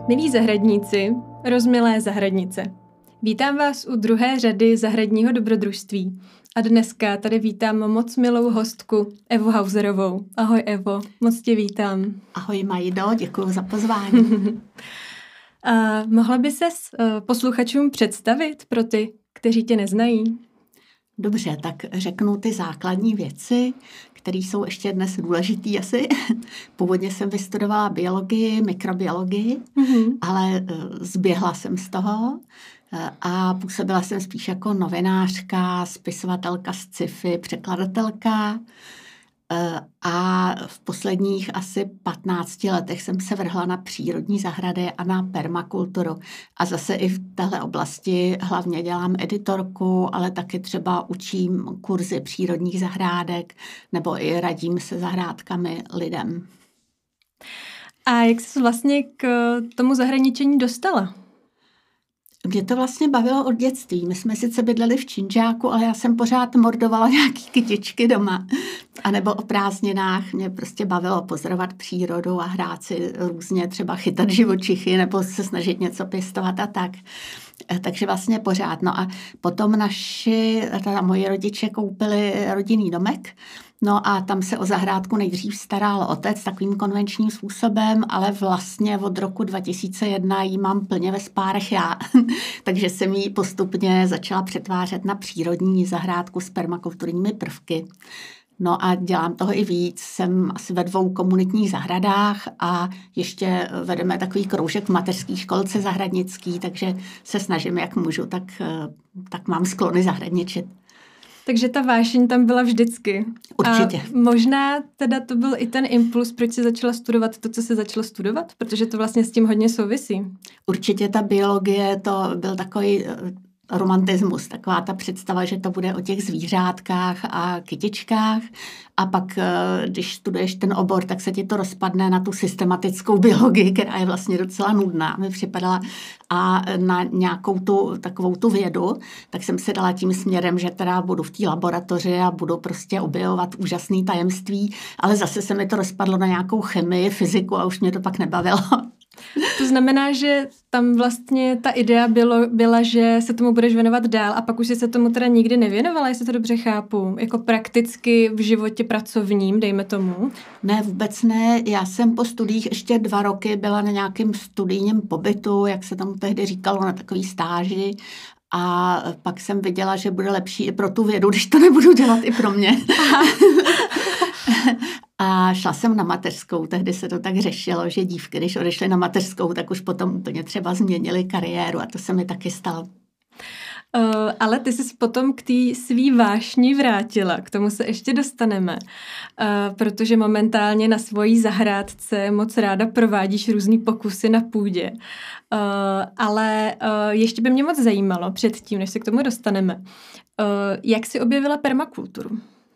Milí zahradníci, rozmilé zahradnice. Vítám vás u druhé řady zahradního dobrodružství. A dneska tady vítám moc milou hostku Evu Hauserovou. Ahoj Evo, moc tě vítám. Ahoj Majdo, děkuji za pozvání. A mohla by ses posluchačům představit pro ty, kteří tě neznají? Dobře, tak řeknu ty základní věci, které jsou ještě dnes důležitý asi. Původně jsem vystudovala biologii, mikrobiologii, ale zběhla jsem z toho a působila jsem spíš jako novinářka, spisovatelka z sci-fi, překladatelka. A v posledních asi 15 letech jsem se vrhla na přírodní zahrady a na permakulturu. A zase i v téhle oblasti hlavně dělám editorku, ale taky třeba učím kurzy přírodních zahrádek nebo i radím se zahrádkami lidem. A jak jsi vlastně k tomu zahradničení dostala? Mě to vlastně bavilo od dětství. My jsme sice bydleli v činžáku, ale já jsem pořád mordovala nějaký kytičky doma. A nebo o prázdninách mě prostě bavilo pozorovat přírodu a hrát si různě, třeba chytat živočichy nebo se snažit něco pěstovat a tak. Takže vlastně pořád. No a potom moji rodiče koupili rodinný domek. No a tam se o zahrádku nejdřív staral otec takovým konvenčním způsobem, ale vlastně od roku 2001 ji mám plně ve spárech já. Takže jsem ji postupně začala přetvářet na přírodní zahrádku s permakulturními prvky. No a dělám toho i víc. Jsem asi ve 2 komunitních zahradách a ještě vedeme takový kroužek v mateřské školce zahradnický, takže se snažím, jak můžu, tak mám sklony zahradničit. Takže ta vášeň tam byla vždycky. Určitě. A možná teda to byl i ten impuls, proč jsi začala studovat to, co jsi začala studovat? Protože to vlastně s tím hodně souvisí. Určitě ta biologie, to byl takový romantismus, taková ta představa, že to bude o těch zvířátkách a kytičkách a pak, když studuješ ten obor, tak se ti to rozpadne na tu systematickou biologii, která je vlastně docela nudná, mi připadala, a na nějakou takovou tu vědu, tak jsem se dala tím směrem, že teda budu v té laboratoři a budu prostě objevovat úžasný tajemství, ale zase se mi to rozpadlo na nějakou chemii, fyziku a už mě to pak nebavilo. To znamená, že tam vlastně ta idea byla, že se tomu budeš věnovat dál a pak už jsi se tomu teda nikdy nevěnovala, jestli to dobře chápu, jako prakticky v životě pracovním, dejme tomu. Ne, vůbec ne. Já jsem po studiích ještě 2 roky byla na nějakém studijním pobytu, jak se tomu tehdy říkalo, na takový stáži. A pak jsem viděla, že bude lepší i pro tu vědu, když to nebudu dělat i pro mě. A šla jsem na mateřskou, tehdy se to tak řešilo, že dívky, když odešly na mateřskou, tak už potom úplně třeba změnily kariéru a to se mi taky stalo. Ale ty jsi potom k té svý vášni vrátila, k tomu se ještě dostaneme, protože momentálně na svojí zahrádce moc ráda provádíš různý pokusy na půdě. Ale ještě by mě moc zajímalo předtím, než se k tomu dostaneme, jak jsi objevila permakulturu?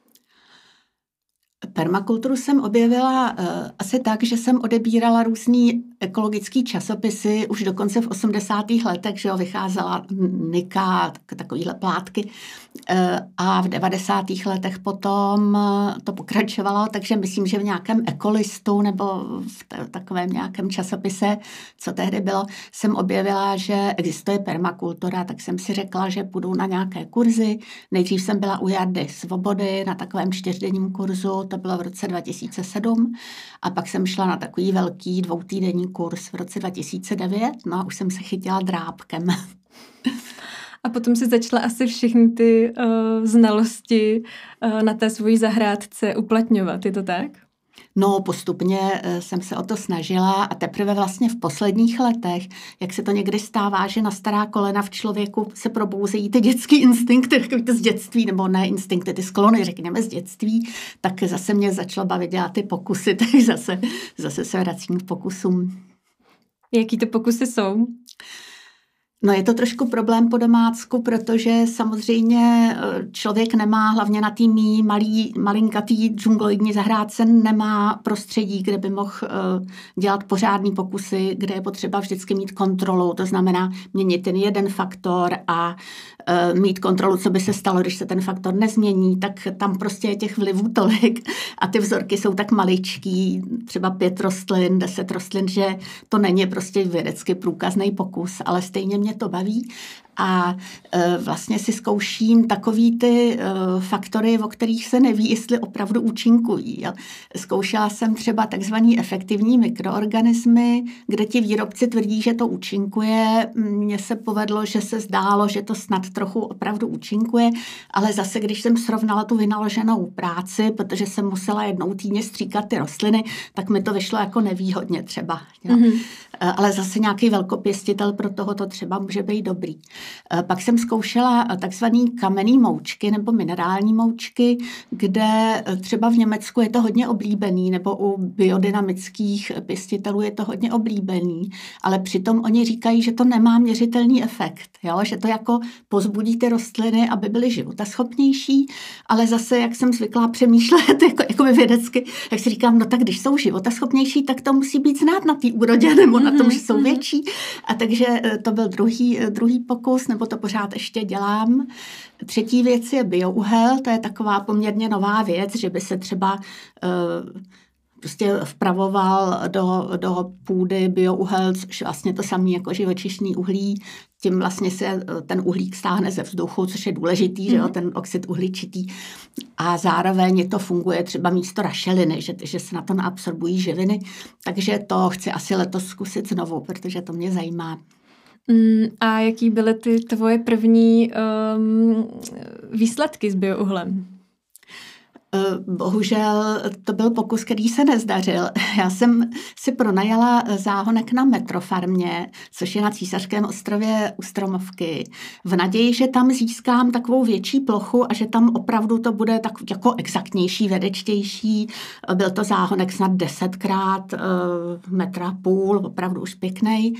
Permakulturu jsem objevila asi tak, že jsem odebírala různý ekologický časopisy, už dokonce v 80. letech, že jo, vycházela Nika, takovýhle plátky, a v 90. letech potom to pokračovalo, takže myslím, že v nějakém Ekolistu nebo v takovém nějakém časopise, co tehdy bylo, jsem objevila, že existuje permakultura, tak jsem si řekla, že půjdu na nějaké kurzy. Nejdřív jsem byla u Jardy Svobody na takovém 4denním kurzu, to bylo v roce 2007, a pak jsem šla na takový velký 2týdenní kurz v roce 2009, no a už jsem se chytila drápkem. A potom si začala asi všechny ty znalosti na té svojí zahrádce uplatňovat, je to tak? No, postupně jsem se o to snažila a teprve vlastně v posledních letech, jak se to někdy stává, že na stará kolena v člověku se probouzejí ty dětský instinkty, takový to z dětství, nebo ne instinkty, ty sklony, řekněme, z dětství, tak zase mě začalo bavit dělat ty pokusy, tak zase se vracím k pokusům. Jaký to pokusy jsou? No je to trošku problém po domácku, protože samozřejmě člověk nemá, hlavně na té malinkatý džungloidní zahrádce, nemá prostředí, kde by mohl dělat pořádný pokusy, kde je potřeba vždycky mít kontrolu, to znamená měnit ten jeden faktor a mít kontrolu, co by se stalo, když se ten faktor nezmění, tak tam prostě je těch vlivů tolik a ty vzorky jsou tak maličký, třeba 5 rostlin, 10 rostlin, že to není prostě vědecky průkazný pokus, ale stejně mě to baví a vlastně si zkouším takový ty faktory, o kterých se neví, jestli opravdu účinkují. Jo. Zkoušela jsem třeba takzvaný efektivní mikroorganismy, kde ti výrobci tvrdí, že to účinkuje. Mně se povedlo, že se zdálo, že to snad trochu opravdu účinkuje, ale zase, když jsem srovnala tu vynaloženou práci, protože jsem musela jednou týdně stříkat ty rostliny, tak mi to vyšlo jako nevýhodně třeba. Jo. Mm-hmm. Ale zase nějaký velkopěstitel pro tohoto třeba může být dobrý. Pak jsem zkoušela takzvaný kamenný moučky nebo minerální moučky, kde třeba v Německu je to hodně oblíbený, nebo u biodynamických pěstitelů je to hodně oblíbený, ale přitom oni říkají, že to nemá měřitelný efekt, jo? Že to jako pozbudí ty rostliny, aby byly životaschopnější, ale zase, jak jsem zvyklá přemýšlet jako vědecky, jak si říkám, no tak když jsou životaschopnější, tak to musí být znát na té úrodě nebo na tom, že jsou větší. A takže to byl druhý pokus, nebo to pořád ještě dělám. Třetí věc je biouhel, to je taková poměrně nová věc, že by se třeba prostě vpravoval do půdy biouhel, což vlastně to samé jako živočišný uhlí. Tím vlastně se ten uhlík stáhne ze vzduchu, což je důležitý, že jo, ten oxid uhličitý. A zároveň to funguje třeba místo rašeliny, že se na to naabsorbují živiny. Takže to chci asi letos zkusit znovu, protože to mě zajímá. A jaký byly ty tvoje první výsledky s biouhlem? Bohužel to byl pokus, který se nezdařil. Já jsem si pronajala záhonek na Metrofarmě, což je na Císařském ostrově u Stromovky, v naději, že tam získám takovou větší plochu a že tam opravdu to bude tak jako exaktnější, vědečtější. Byl to záhonek snad 10x metra půl, opravdu už pěknej.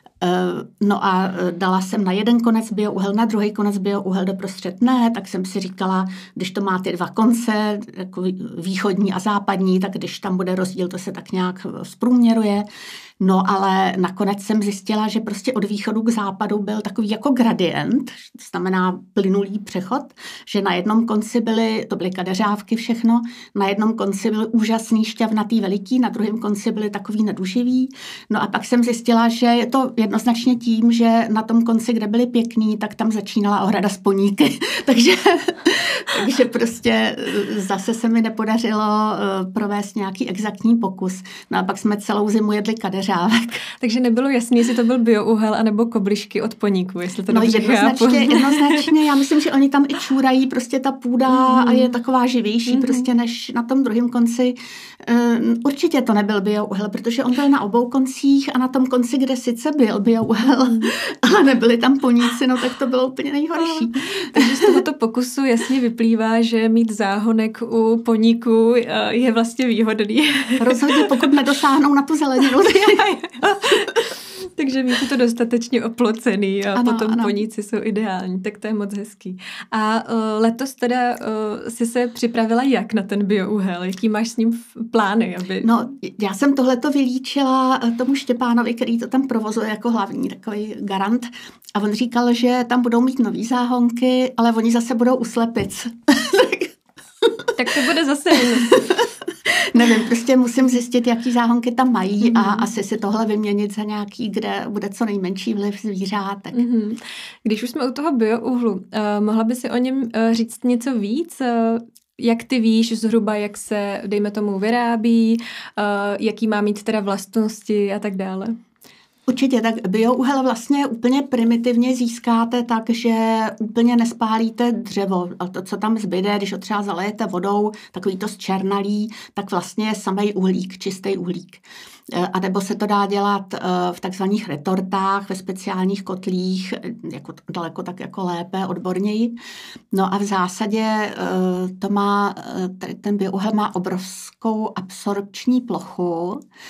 No a dala jsem na jeden konec biouhel, na druhý konec biouhel doprostřed ne, tak jsem si říkala, když to má ty dva konce, jako východní a západní, tak když tam bude rozdíl, to se tak nějak zprůměruje. No ale nakonec jsem zjistila, že prostě od východu k západu byl takový jako gradient, to znamená plynulý přechod, že na jednom konci to byly kadeřávky všechno, na jednom konci byly úžasný šťavnatý veliký, na druhém konci byly takový neduživý. No a pak jsem zjistila, že je to jednoznačně tím, že na tom konci, kde byly pěkný, tak tam začínala ohrada s poníky. takže prostě zase se mi nepodařilo provést nějaký exaktní pokus. No a pak jsme celou zimu jedli kadeřávek. Takže nebylo jasný, jestli to byl biouhel anebo koblišky od poníku, jestli to dobře chápu. Jednoznačně, já myslím, že oni tam i čůrají, prostě ta půda a je taková živější prostě než na tom druhém konci. Určitě to nebyl biouhel, protože on byl na obou koncích a na tom konci, kde sice byl biouhel, ale nebyli tam poníci, no tak to bylo úplně nejhorší. Takže z tohoto pokusu jasně vyplývá, že mít záhonek u poníku je vlastně výhodný. Rozhodně, pokud nedosáhnou na tu zeleninu. Takže mít to dostatečně oplocený a ano, potom ano. Poníci jsou ideální, tak to je moc hezký. A letos teda jsi se připravila jak na ten biouhel? Jaký máš s ním plány? No, já jsem tohleto vylíčila tomu Štěpánovi, který to tam provozuje jako hlavní takový garant. A on říkal, že tam budou mít nový záhonky, ale oni zase budou u slepic. Tak to bude zase Nevím, prostě musím zjistit, jaký záhonky tam mají a asi si tohle vyměnit za nějaký, kde bude co nejmenší vliv zvířátek. Když už jsme u toho biouhlu, mohla by si o něm říct něco víc? Jak ty víš zhruba, jak se, dejme tomu, vyrábí, jaký má mít teda vlastnosti a tak dále? Určitě, tak biouhel vlastně úplně primitivně získáte tak, že úplně nespálíte dřevo. A to, co tam zbyde, když ho třeba zalejete vodou, takový to zčernalý, tak vlastně je samej uhlík, čistý uhlík. A nebo se to dá dělat v takzvaných retortách, ve speciálních kotlích, jako daleko tak jako lépe, odborněji. No a v zásadě to má, ten biouhel má obrovskou absorpční plochu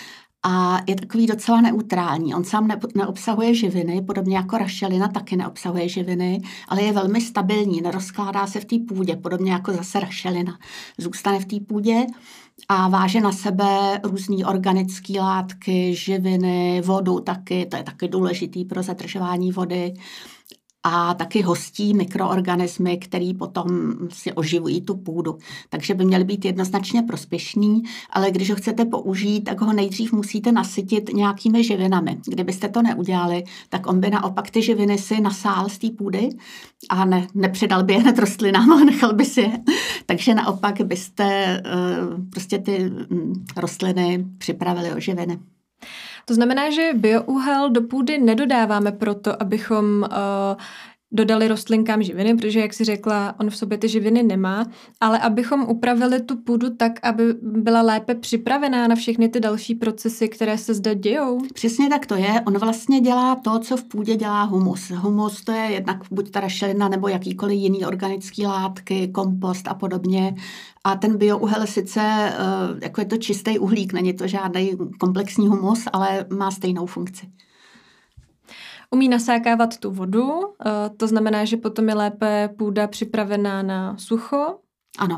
a je takový docela neutrální. On sám neobsahuje živiny, podobně jako rašelina taky neobsahuje živiny, ale je velmi stabilní, nerozkládá se v té půdě, podobně jako zase rašelina. Zůstane v té půdě a váže na sebe různé organické látky, živiny, vodu taky, to je taky důležitý pro zadržování vody. A taky hostí mikroorganismy, který potom si oživují tu půdu. Takže by měly být jednoznačně prospěšný, ale když ho chcete použít, tak ho nejdřív musíte nasytit nějakými živinami. Kdybyste to neudělali, tak on by naopak ty živiny si nasál z té půdy a nepředal by je hned rostlinám, ale nechal by si je. Takže naopak byste prostě ty rostliny připravili o živiny. To znamená, že biouhel do půdy nedodáváme proto, abychom dodali rostlinkám živiny, protože, jak si řekla, on v sobě ty živiny nemá, ale abychom upravili tu půdu tak, aby byla lépe připravená na všechny ty další procesy, které se zde dějou. Přesně tak to je. On vlastně dělá to, co v půdě dělá humus. Humus to je jednak buď ta rašelina nebo jakýkoliv jiný organický látky, kompost a podobně. A ten biouhel sice, jako je to čistý uhlík, není to žádný komplexní humus, ale má stejnou funkci. Umí nasákávat tu vodu, to znamená, že potom je lépe půda připravená na sucho. Ano.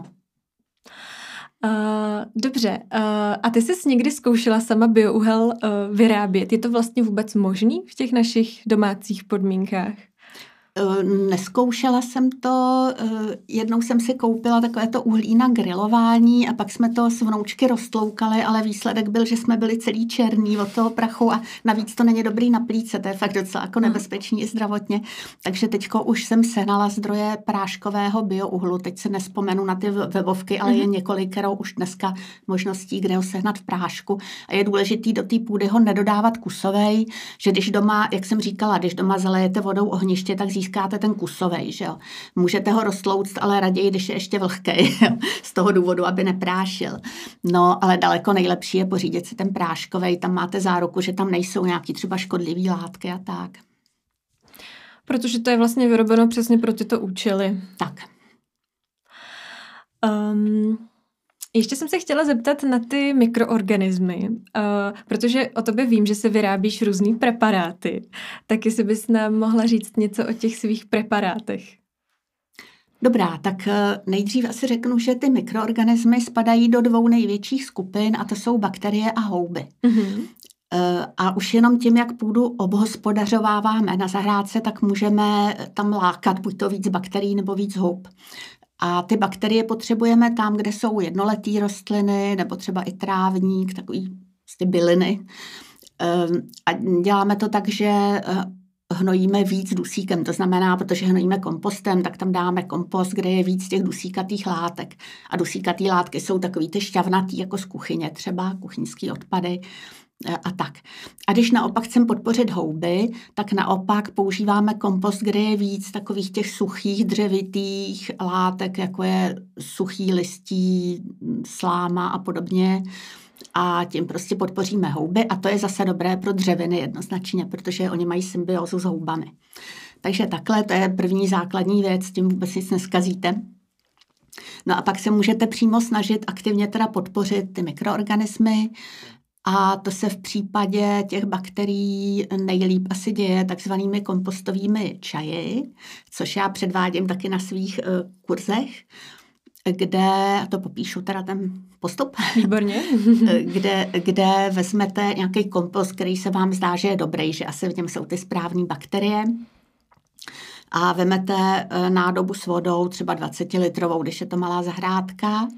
Dobře. A ty jsi někdy zkoušela sama biouhel vyrábět? Je to vlastně vůbec možný v těch našich domácích podmínkách? Neskoušela jsem to, jednou jsem si koupila takové to uhlí na grilování a pak jsme to s vnoučky roztloukali, ale výsledek byl, že jsme byli celý černý od toho prachu a navíc to není dobrý na plíce, to je fakt docela jako nebezpečný i zdravotně. Takže teďko už jsem sehnala zdroje práškového biouhlu, teď se nespomenu na ty webovky, ale je několikero už dneska možností, kde ho sehnat v prášku a je důležitý do té půdy ho nedodávat kusovej, že když doma, jak jsem říkala, když doma zalejete vodou ohniště, tak získáte ten kusovej, že jo. Můžete ho roztlouct, ale raději, když je ještě vlhkej, z toho důvodu, aby neprášil. No, ale daleko nejlepší je pořídit si ten práškovej, tam máte záruku, že tam nejsou nějaký třeba škodlivý látky a tak. Protože to je vlastně vyrobeno přesně pro tyto účely. Tak. Ještě jsem se chtěla zeptat na ty mikroorganismy, protože o tobě vím, že se vyrábíš různý preparáty. Tak jestli bys nám mohla říct něco o těch svých preparátech. Dobrá, tak nejdřív asi řeknu, že ty mikroorganismy spadají do dvou největších skupin a to jsou bakterie a houby. Mm-hmm. A už jenom tím, jak půdu obhospodařováváme na zahrádce, tak můžeme tam lákat buď to víc bakterií nebo víc houb. A ty bakterie potřebujeme tam, kde jsou jednoletý rostliny nebo třeba i trávník, takový prostě byliny. A děláme to tak, že hnojíme víc dusíkem, to znamená, protože hnojíme kompostem, tak tam dáme kompost, kde je víc těch dusíkatých látek. A dusíkatý látky jsou takový ty šťavnatý, jako z kuchyně, třeba kuchyňský odpady a tak. A když naopak chcem podpořit houby, tak naopak používáme kompost, kde je víc takových těch suchých, dřevitých látek, jako je suchý listí, sláma a podobně. A tím prostě podpoříme houby a to je zase dobré pro dřeviny jednoznačně, protože oni mají symbiózu s houbami. Takže takhle, to je první základní věc, s tím vůbec nic neskazíte. No a pak se můžete přímo snažit aktivně teda podpořit ty mikroorganismy a to se v případě těch bakterií nejlíp asi děje takzvanými kompostovými čaji, což já předvádím taky na svých kurzech, kde, to popíšu teda ten postup, výborně, kde vezmete nějaký kompost, který se vám zdá, že je dobrý, že asi v něm jsou ty správné bakterie a vemete nádobu s vodou, třeba 20-litrovou, když je to malá zahrádka.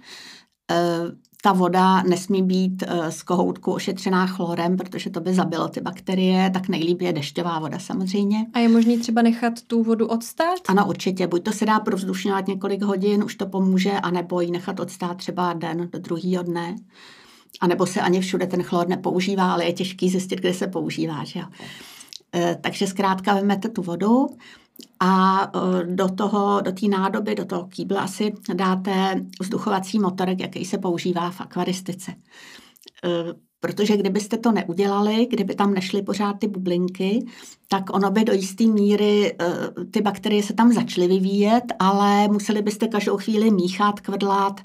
Ta voda nesmí být z kohoutku ošetřená chlorem, protože to by zabilo ty bakterie, tak nejlíp je dešťová voda samozřejmě. A je možný třeba nechat tu vodu odstát? Ano, určitě. Buď to se dá provzdušňovat několik hodin, už to pomůže, anebo ji nechat odstát třeba den do druhého dne. A nebo se ani všude ten chlor nepoužívá, ale je těžký zjistit, kde se používá. Že? Takže zkrátka vemete tu vodu a do té nádoby, do toho kýbla asi dáte vzduchovací motorek, jaký se používá v akvaristice. Protože kdybyste to neudělali, kdyby tam nešly pořád ty bublinky, tak ono by do jisté míry ty bakterie se tam začaly vyvíjet, ale museli byste každou chvíli míchat, kvrdlat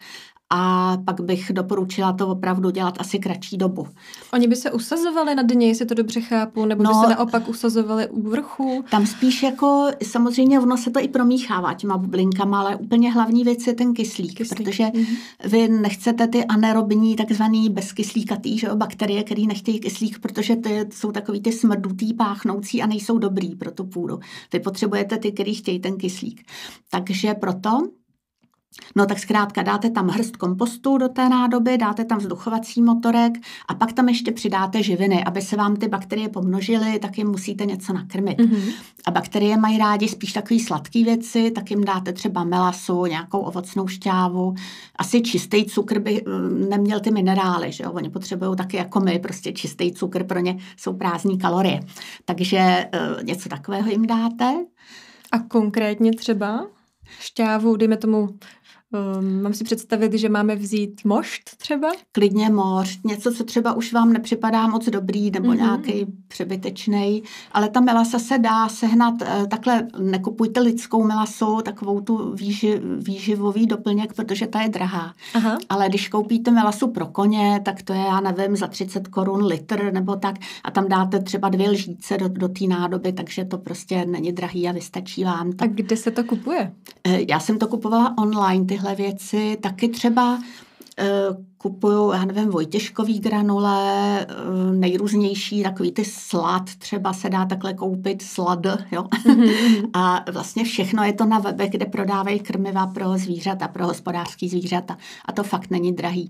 a pak bych doporučila to opravdu dělat asi kratší dobu. Oni by se usazovali na dně, jestli to dobře chápu, nebo by se naopak usazovali u vrchu? Tam spíš jako, samozřejmě ono se to i promíchává těma bublinkama, ale úplně hlavní věc je ten kyslík. Protože vy nechcete ty anaerobní, takzvaný bezkyslíkatý, že jo, bakterie, který nechtějí kyslík, protože ty jsou takový ty smrdutý, páchnoucí a nejsou dobrý pro tu půdu. Vy potřebujete ty, který chtějí ten kyslík. Takže proto tak zkrátka dáte tam hrst kompostu do té nádoby, dáte tam vzduchovací motorek a pak tam ještě přidáte živiny. Aby se vám ty bakterie pomnožily, tak jim musíte něco nakrmit. A bakterie mají rádi spíš takový sladký věci, tak jim dáte třeba melasu, nějakou ovocnou šťávu. Asi čistý cukr by neměl ty minerály, že jo? Oni potřebují taky jako my, prostě čistý cukr, pro ně jsou prázdné kalorie. Takže něco takového jim dáte. A konkrétně třeba šťávu, dejme tomu, mám si představit, že máme vzít mošt třeba? Klidně mošt, něco, co třeba už vám nepřipadá moc dobrý nebo nějaký přebytečnej, ale ta melasa se dá sehnat, takhle nekupujte lidskou melasu, takovou tu výživový doplněk, protože ta je drahá. Aha. Ale když koupíte melasu pro koně, tak to je, já nevím, za 30 korun litr nebo tak a tam dáte třeba 2 lžíce do té nádoby, takže to prostě není drahý a vystačí vám to. A kde se to kupuje? Já jsem to kupovala online, tyhle věci, taky třeba kupuju, já nevím, Vojtěškový granule, nejrůznější, takový ty slad, třeba se dá takhle koupit, slad, jo. A vlastně všechno je to na webech, kde prodávají krmiva pro zvířata, pro hospodářský zvířata. A to fakt není drahý.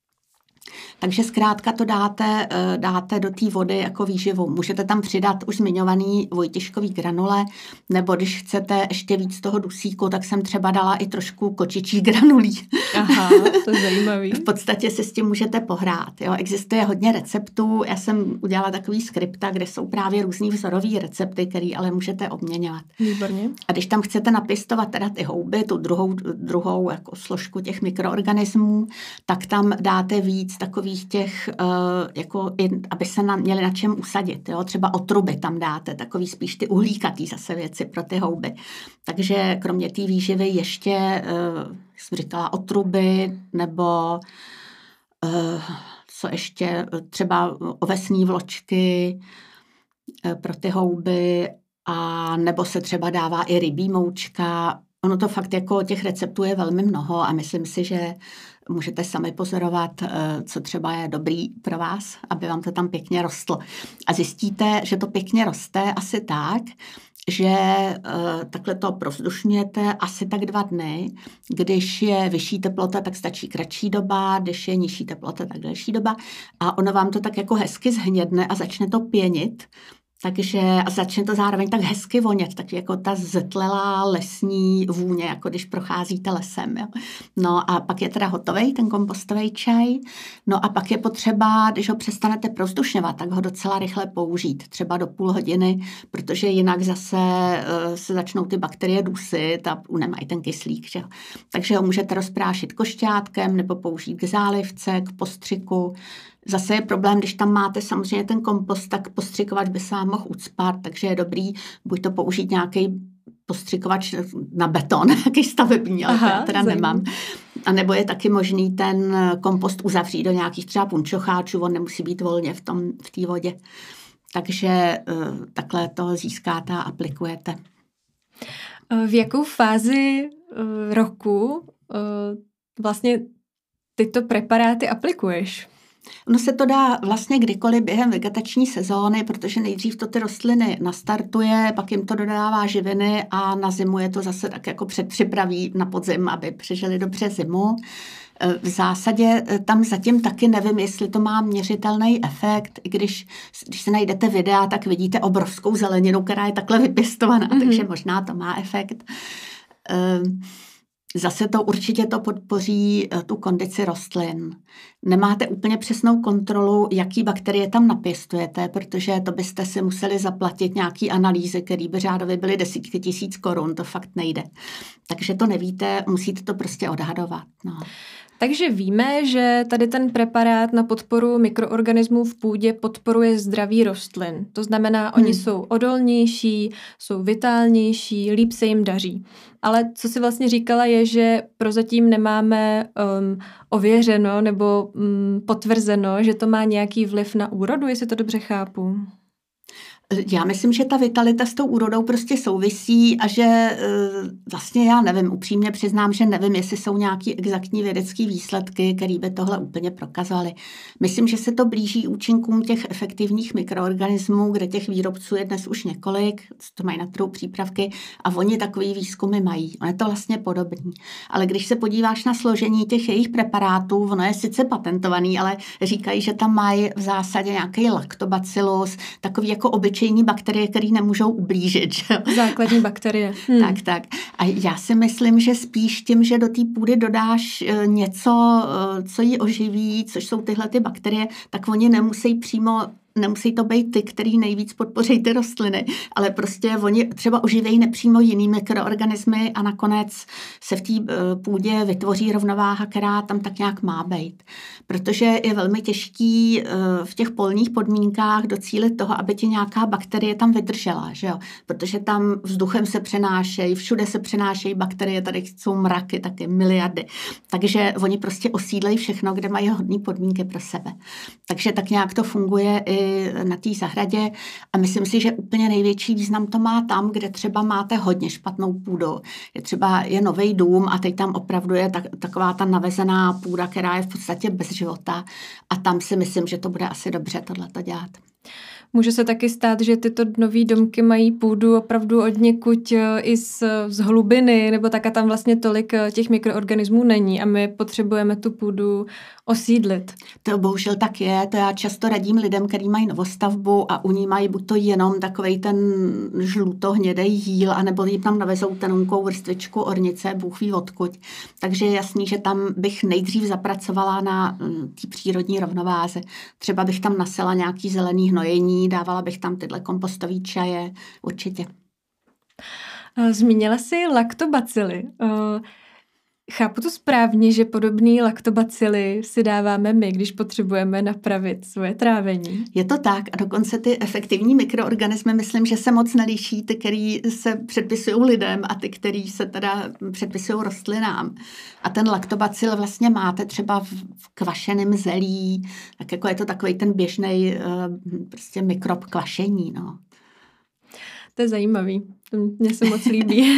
Takže zkrátka to dáte do té vody jako výživu. Můžete tam přidat už zmiňovaný Vojtěškový granule, nebo když chcete ještě víc toho dusíku, tak jsem třeba dala i trošku kočičí granulí. Aha, to je zajímavý. V podstatě si s tím můžete pohrát. Jo. Existuje hodně receptů. Já jsem udělala takový skripta, kde jsou právě různý vzorový recepty, který ale můžete obměňovat. Výborně. A když tam chcete napěstovat teda ty houby, tu druhou jako složku těch mikroorganismů, tak tam dáte víc takových těch, jako, aby se měli na čem usadit. Jo? Třeba otruby tam dáte, takový spíš ty uhlíkatý zase věci pro ty houby. Takže kromě té výživy ještě, jak jsem říkala, otruby nebo co ještě, třeba ovesní vločky pro ty houby a nebo se třeba dává i rybí moučka. Ono to fakt jako těch receptů je velmi mnoho a myslím si, že můžete sami pozorovat, co třeba je dobrý pro vás, aby vám to tam pěkně rostlo. A zjistíte, že to pěkně roste asi tak, že takhle to provzdušňujete asi tak 2 dny. Když je vyšší teplota, tak stačí kratší doba, když je nižší teplota, tak delší doba. A ono vám to tak jako hezky zhnědne a začne to pěnit. Takže a začne to zároveň tak hezky vonět, tak jako ta zetlelá lesní vůně, jako když procházíte lesem. Jo. No a pak je teda hotovej ten kompostový čaj. No a pak je potřeba, když ho přestanete provzdušňovat, tak ho docela rychle použít, třeba do půl hodiny, protože jinak zase se začnou ty bakterie dusit a nemají ten kyslík. Že? Takže ho můžete rozprášit košťátkem nebo použít k zálivce, k postřiku. Zase je problém, když tam máte samozřejmě ten kompost, tak postřikovač by se vám mohl ucpat, takže je dobrý buď to použít nějaký postřikovač na beton, nějaký stavební, ale já teda nemám. A nebo je taky možný ten kompost uzavřít do nějakých třeba punčocháčů, on nemusí být volně v té vodě. Takže takhle to získáte a aplikujete. V jakou fázi roku vlastně tyto preparáty aplikuješ? Ono se to dá vlastně kdykoliv během vegetační sezóny, protože nejdřív to ty rostliny nastartuje, pak jim to dodává živiny a na zimu je to zase tak jako předpřipraví na podzim, aby přežili dobře zimu. V zásadě tam zatím taky nevím, jestli to má měřitelný efekt, i když se najdete videa, tak vidíte obrovskou zeleninu, která je takhle vypěstovaná, takže možná to má efekt. Zase to určitě to podpoří tu kondici rostlin. Nemáte úplně přesnou kontrolu, jaký bakterie tam napěstujete, protože to byste si museli zaplatit nějaký analýzy, které by řádově byly 10 000 korun, to fakt nejde. Takže to nevíte, musíte to prostě odhadovat. No. Takže víme, že tady ten preparát na podporu mikroorganismů v půdě podporuje zdraví rostlin. To znamená, oni jsou odolnější, jsou vitálnější, líp se jim daří. Ale co si vlastně říkala je, že prozatím nemáme ověřeno nebo potvrzeno, že to má nějaký vliv na úrodu, jestli to dobře chápu. Já myslím, že ta vitalita s tou úrodou prostě souvisí a že vlastně já nevím, upřímně přiznám, že nevím, jestli jsou nějaký exaktní vědecký výsledky, které by tohle úplně prokazaly. Myslím, že se to blíží účinkům těch efektivních mikroorganismů, kde těch výrobců je dnes už několik, to mají na trhu přípravky a oni takový výzkumy mají. Ono je to vlastně podobný. Ale když se podíváš na složení těch jejich preparátů, ono je sice patentovaný, ale říkají, že tam mají v zásadě nějaký lactobacillus, takový jako obyčejný bakterie, které nemůžou ublížit. Že? Základní bakterie. Tak. A já si myslím, že spíš tím, že do té půdy dodáš něco, co ji oživí, což jsou tyhle ty bakterie, tak oni nemusí to být ty, který nejvíc podpoří ty rostliny, ale prostě oni třeba oživějí nepřímo jiný mikroorganismy a nakonec se v té půdě vytvoří rovnováha, která tam tak nějak má být. Protože je velmi těžký v těch polních podmínkách docílit toho, aby ti nějaká bakterie tam vydržela, že jo? Protože tam vzduchem se přenášejí, všude se přenášejí bakterie, tady jsou mraky, taky miliardy. Takže oni prostě osídlejí všechno, kde mají hodné podmínky pro sebe. Takže tak nějak to funguje i na té zahradě a myslím si, že úplně největší význam to má tam, kde třeba máte hodně špatnou půdu. Je nový dům a teď tam opravdu je taková ta navezená půda, která je v podstatě bez života a tam si myslím, že to bude asi dobře tohleto dělat. Může se taky stát, že tyto nový domky mají půdu opravdu od někud i z hlubiny, nebo tak a tam vlastně tolik těch mikroorganismů není a my potřebujeme tu půdu osídlit. To bohužel tak je, to já často radím lidem, kteří mají novostavbu a u ní mají buď to jenom takovej ten žluto-hnědej jíl, anebo jim tam navezou tenunkou vrstvičku ornice, bůh ví odkud. Takže je jasný, že tam bych nejdřív zapracovala na té přírodní rovnováze. Třeba bych tam nasela nějaký zelený hnojení, dávala bych tam tyhle kompostové čaje, určitě. Zmínila jsi laktobacily. Chápu to správně, že podobný laktobacily si dáváme my, když potřebujeme napravit svoje trávení. Je to tak a dokonce ty efektivní mikroorganismy, myslím, že se moc neliší ty, který se předpisují lidem a ty, který se teda předpisují rostlinám. A ten laktobacil vlastně máte třeba v kvašeném zelí, tak jako je to takový ten běžný prostě mikrob kvašení, no. To je zajímavý, to mně se moc líbí.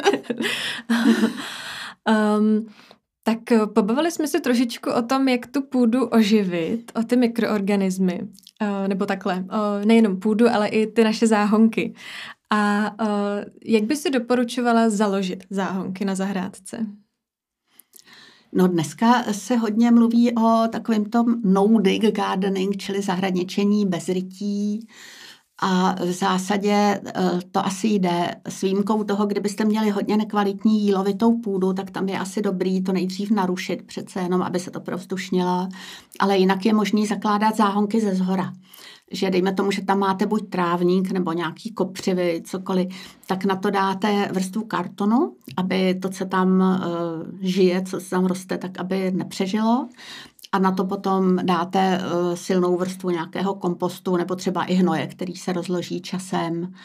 Tak pobavili jsme se trošičku o tom, jak tu půdu oživit, o ty mikroorganismy, nebo takhle, nejenom půdu, ale i ty naše záhonky. A jak by si doporučovala založit záhonky na zahrádce? No dneska se hodně mluví o takovém tom no-dig gardening, čili zahradničení bez rytí. A v zásadě to asi jde. S výjimkou toho, kdybyste měli hodně nekvalitní jílovitou půdu, tak tam je asi dobrý to nejdřív narušit přece jenom, aby se to provzdušnilo. Ale jinak je možný zakládat záhonky ze zhora. Že dejme tomu, že tam máte buď trávník nebo nějaký kopřivy, cokoliv, tak na to dáte vrstvu kartonu, aby to, co tam žije, co tam roste, tak aby nepřežilo. A na to potom dáte silnou vrstvu nějakého kompostu nebo třeba i hnoje, který se rozloží časem.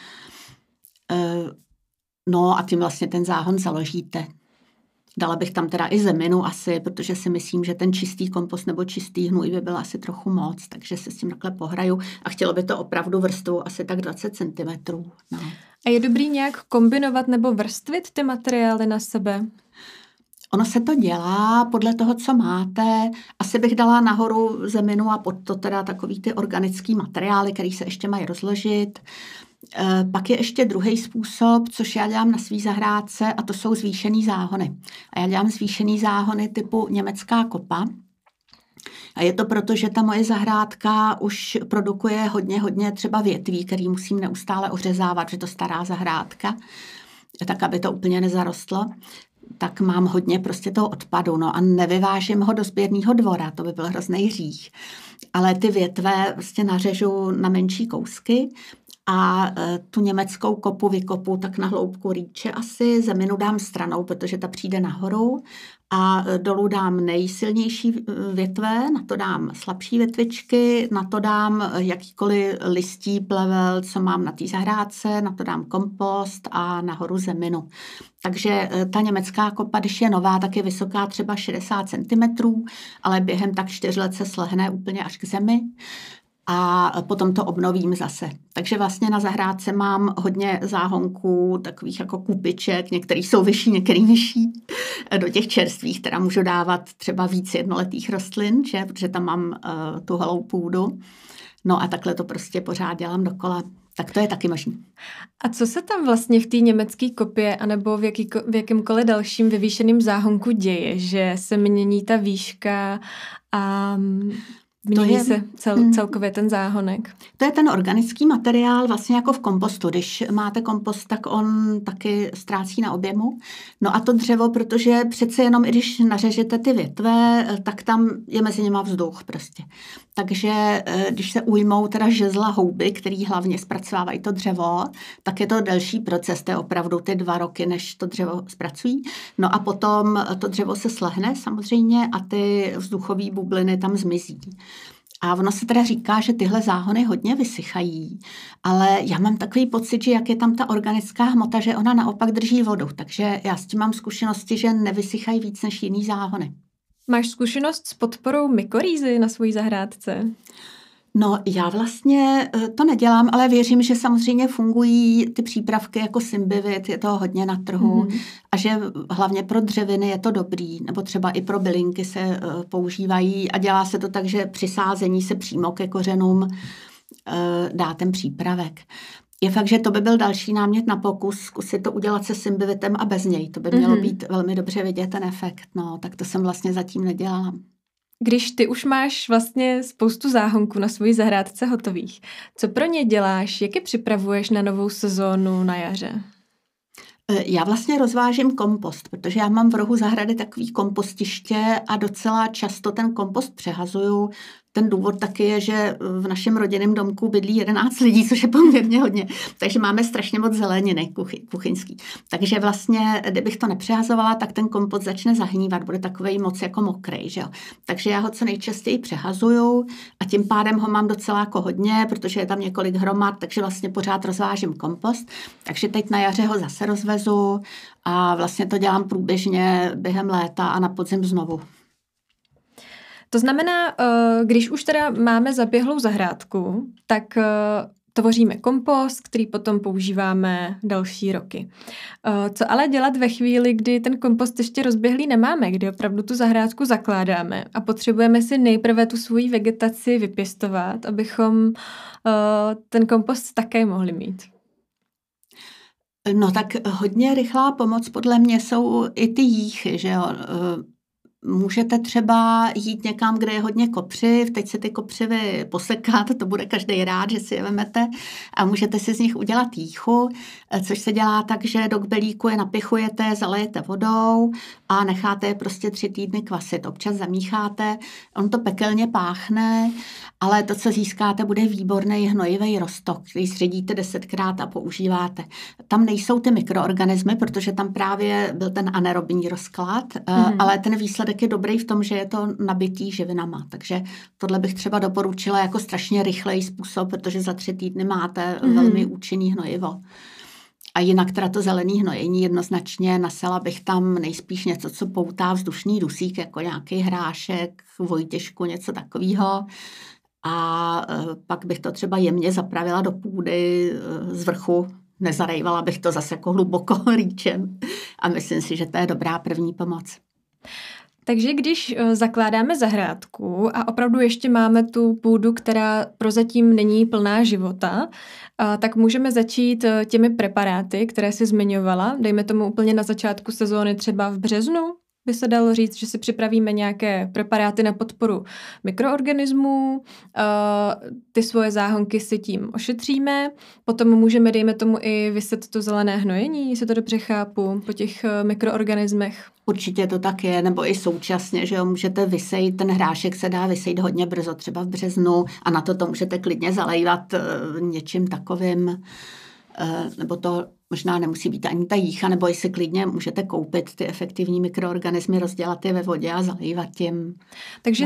No a tím vlastně ten záhon založíte. Dala bych tam teda i zeminu asi, protože si myslím, že ten čistý kompost nebo čistý hnůj by byl asi trochu moc, takže se s tím takhle pohraju a chtělo by to opravdu vrstvu asi tak 20 cm. No. A je dobrý nějak kombinovat nebo vrstvit ty materiály na sebe? Ono se to dělá podle toho, co máte. Asi bych dala nahoru zeminu a pod to teda takový ty organický materiály, které se ještě mají rozložit. Pak je ještě druhý způsob, což já dělám na svý zahrádce a to jsou zvýšený záhony. A já dělám zvýšený záhony typu německá kopa. A je to proto, že ta moje zahrádka už produkuje hodně třeba větví, který musím neustále ořezávat, že to stará zahrádka, tak aby to úplně nezarostlo. Tak mám hodně prostě toho odpadu, no a nevyvážím ho do sběrného dvora, to by byl hrozný hřích. Ale ty větve prostě nařežu na menší kousky a tu německou kopu vykopu tak na hloubku rýče asi, zeminu dám stranou, protože ta přijde nahoru a dolů dám nejsilnější větve, na to dám slabší větvičky, na to dám jakýkoliv listí, plevel, co mám na té zahrádce, na to dám kompost a nahoru zeminu. Takže ta německá kopa, když je nová, tak je vysoká třeba 60 cm, ale během tak 4 let se slehne úplně až k zemi. A potom to obnovím zase. Takže vlastně na zahrádce mám hodně záhonků, takových jako kupiček, některý jsou vyšší, některý nižší. Do těch čerstvých teda můžu dávat třeba víc jednoletých rostlin, že? Protože tam mám tu holou půdu. No a takhle to prostě pořád dělám dokola. Tak to je taky možné. A co se tam vlastně v té německé kopě anebo v jakýmkoliv dalším vyvýšeným záhonku děje, že se mění ta výška a mění se celkově ten záhonek? To je ten organický materiál vlastně jako v kompostu. Když máte kompost, tak on taky ztrácí na objemu. No a to dřevo, protože přece jenom, i když nařežete ty větve, tak tam je mezi něma vzduch prostě. Takže když se ujmou teda žezla houby, který hlavně zpracovávají to dřevo, tak je to delší proces, to je opravdu ty 2 roky, než to dřevo zpracují. No a potom to dřevo se slehne samozřejmě a ty vzduchové bubliny tam zmizí. A ono se teda říká, že tyhle záhony hodně vysychají, ale já mám takový pocit, že jak je tam ta organická hmota, že ona naopak drží vodu. Takže já s tím mám zkušenosti, že nevysychají víc než jiný záhony. Máš zkušenost s podporou mykorýzy na svojí zahrádce? No, já vlastně to nedělám, ale věřím, že samozřejmě fungují ty přípravky jako Symbivit, je to hodně na trhu a že hlavně pro dřeviny je to dobrý, nebo třeba i pro bylinky se používají a dělá se to tak, že při sázení se přímo ke kořenům dá ten přípravek. Je fakt, že to by byl další námět na pokus, zkusit to udělat se Symbivitem a bez něj. To by mělo být velmi dobře vidět ten efekt, no, tak to jsem vlastně zatím nedělala. Když ty už máš vlastně spoustu záhonků na svojí zahrádce hotových, co pro ně děláš, jak je připravuješ na novou sezónu na jaře? Já vlastně rozvážím kompost, protože já mám v rohu zahrady takový kompostiště a docela často ten kompost přehazuju. Ten důvod taky je, že v našem rodinném domku bydlí 11 lidí, což je poměrně hodně. Takže máme strašně moc zeleniny kuchyňský. Takže vlastně, kdybych to nepřehazovala, tak ten kompost začne zahnívat, bude takovej moc jako mokrej, že jo. Takže já ho co nejčastěji přehazuju a tím pádem ho mám docela jako hodně, protože je tam několik hromad, takže vlastně pořád rozvážím kompost. Takže teď na jaře ho zase rozvezu a vlastně to dělám průběžně během léta a na podzim znovu. To znamená, když už teda máme zaběhlou zahrádku, tak tvoříme kompost, který potom používáme další roky. Co ale dělat ve chvíli, kdy ten kompost ještě rozběhlý nemáme, kdy opravdu tu zahrádku zakládáme a potřebujeme si nejprve tu svoji vegetaci vypěstovat, abychom ten kompost také mohli mít? No tak hodně rychlá pomoc podle mě jsou i ty jíchy, že jo. Můžete třeba jít někam, kde je hodně kopřiv, teď se ty kopřivy posekat, to bude každý rád, že si je vemete a můžete si z nich udělat jíchu, což se dělá tak, že do kbelíku je napichujete, zalejete vodou a necháte je prostě 3 týdny kvasit. Občas zamícháte, on to pekelně páchne, ale to, co získáte, bude výborný hnojivý roztok, který zředíte 10krát a používáte. Tam nejsou ty mikroorganismy, protože tam právě byl ten anaerobní rozklad, ale ten výsledek je dobrý v tom, že je to nabitý živinama. Takže tohle bych třeba doporučila jako strašně rychlej způsob, protože za 3 týdny máte velmi účinný hnojivo. A jinak teda to zelený hnojení jednoznačně nasela bych tam nejspíš něco, co poutá vzdušný dusík, jako nějaký hrášek, vojtěžku, něco takového. A pak bych to třeba jemně zapravila do půdy z vrchu, nezarejvala bych to zase jako hluboko rýčem a myslím si, že to je dobrá první pomoc. Takže když zakládáme zahrádku a opravdu ještě máme tu půdu, která prozatím není plná života, tak můžeme začít těmi preparáty, které jsi zmiňovala, dejme tomu úplně na začátku sezóny, třeba v březnu, by se dalo říct, že si připravíme nějaké preparáty na podporu mikroorganismů, ty svoje záhonky si tím ošetříme, potom můžeme, dejme tomu, i vyset to zelené hnojení, jestli to dobře chápu, po těch mikroorganismech. Určitě to tak je, nebo i současně, že jo, můžete vysejt, ten hrášek se dá vysejt hodně brzo, třeba v březnu a na to můžete klidně zalejvat něčím takovým, nebo to možná nemusí být ani ta jícha, nebo i si klidně můžete koupit ty efektivní mikroorganismy, rozdělat je ve vodě a zalejvat tím. Takže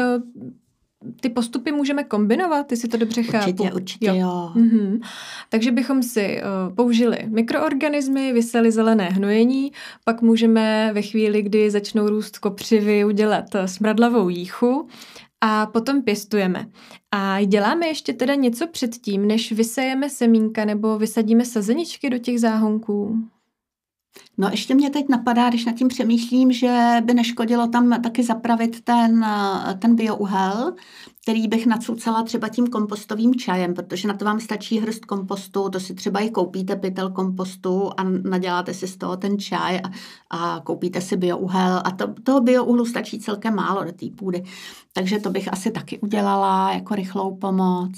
ty postupy můžeme kombinovat, jestli to dobře chápu. Určitě jo. Takže bychom si použili mikroorganismy, vyseli zelené hnojení, pak můžeme ve chvíli, kdy začnou růst kopřivy, udělat smradlavou jíchu a potom pěstujeme. A děláme ještě teda něco předtím, než vysejeme semínka nebo vysadíme sazeničky do těch záhonků? No ještě mě teď napadá, když nad tím přemýšlím, že by neškodilo tam taky zapravit ten biouhel, který bych nacucala třeba tím kompostovým čajem, protože na to vám stačí hrst kompostu, to si třeba i koupíte pytel kompostu a naděláte si z toho ten čaj a koupíte si biouhel a toho biouhlu stačí celkem málo do té půdy. Takže to bych asi taky udělala jako rychlou pomoc.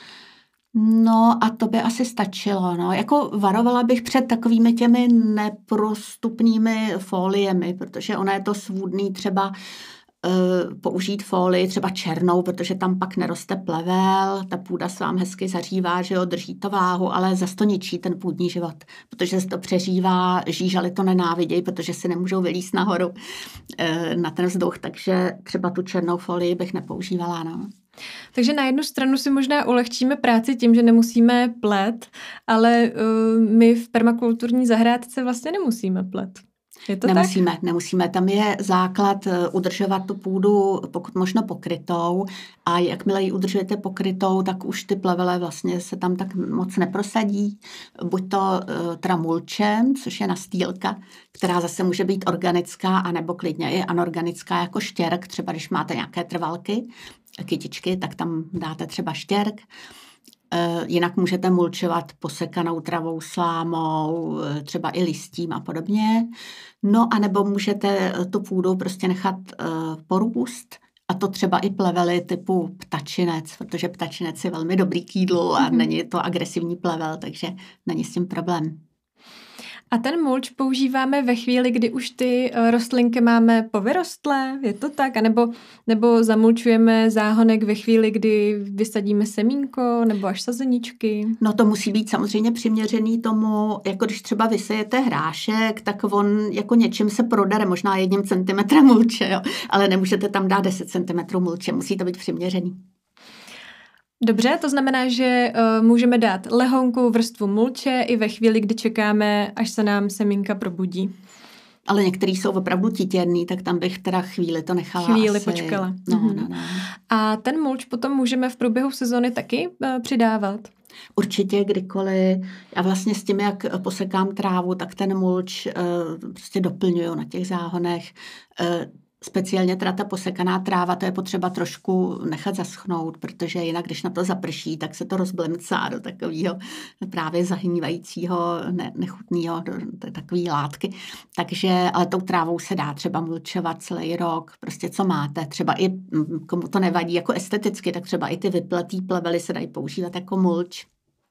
No a to by asi stačilo, no. Jako varovala bych před takovými těmi neprostupnými foliemi, protože ono je to svůdný třeba použít folii třeba černou, protože tam pak neroste plevel, ta půda se vám hezky zařívá, že jo, drží to váhu, ale zas to ničí ten půdní život, protože se to přeřívá, žížaly to nenávidějí, protože si nemůžou vylízt nahoru na ten vzduch, takže třeba tu černou folii bych nepoužívala, no. Takže na jednu stranu si možná ulehčíme práci tím, že nemusíme plet, ale my v permakulturní zahrádce vlastně nemusíme plet. Je to Nemusíme. Tam je základ udržovat tu půdu pokud možno pokrytou a jakmile ji udržujete pokrytou, tak už ty plevele vlastně se tam tak moc neprosadí. Buď to teda mulčem, což je nastýlka, která zase může být organická, anebo klidně i anorganická jako štěrk, třeba když máte nějaké trvalky, kytičky, tak tam dáte třeba štěrk. Jinak můžete mulčovat posekanou travou, slámou, třeba i listím a podobně. No a nebo můžete tu půdu prostě nechat porůst a to třeba i plevely typu ptačinec, protože ptačinec je velmi dobrý k jídlu a není to agresivní plevel, takže není s tím problém. A ten mulč používáme ve chvíli, kdy už ty rostlinky máme povyrostlé, je to tak? A nebo zamulčujeme záhonek ve chvíli, kdy vysadíme semínko nebo až sazeničky? No to musí být samozřejmě přiměřený tomu, jako když třeba vysejete hrášek, tak on jako něčím se prodare, možná 1 centimetrem mulče, jo? Ale nemůžete tam dát 10 centimetrů mulče, musí to být přiměřený. Dobře, to znamená, že můžeme dát lehonkou vrstvu mulče i ve chvíli, kdy čekáme, až se nám semínka probudí. Ale některý jsou opravdu titěrný, tak tam bych teda chvíli to nechala Chvíli asi. počkala. No. A ten mulč potom můžeme v průběhu sezony taky přidávat? Určitě kdykoliv. Já vlastně s tím, jak posekám trávu, tak ten mulč prostě doplňuju na těch záhonech. Speciálně teda ta posekaná tráva, to je potřeba trošku nechat zaschnout, protože jinak, když na to zaprší, tak se to rozblemcá do takového právě zahnívajícího, nechutného, do takové látky. Takže, ale tou trávou se dá třeba mulčovat celý rok, prostě co máte. Třeba i, komu to nevadí jako esteticky, tak třeba i ty vypletý plevely se dají používat jako mulč.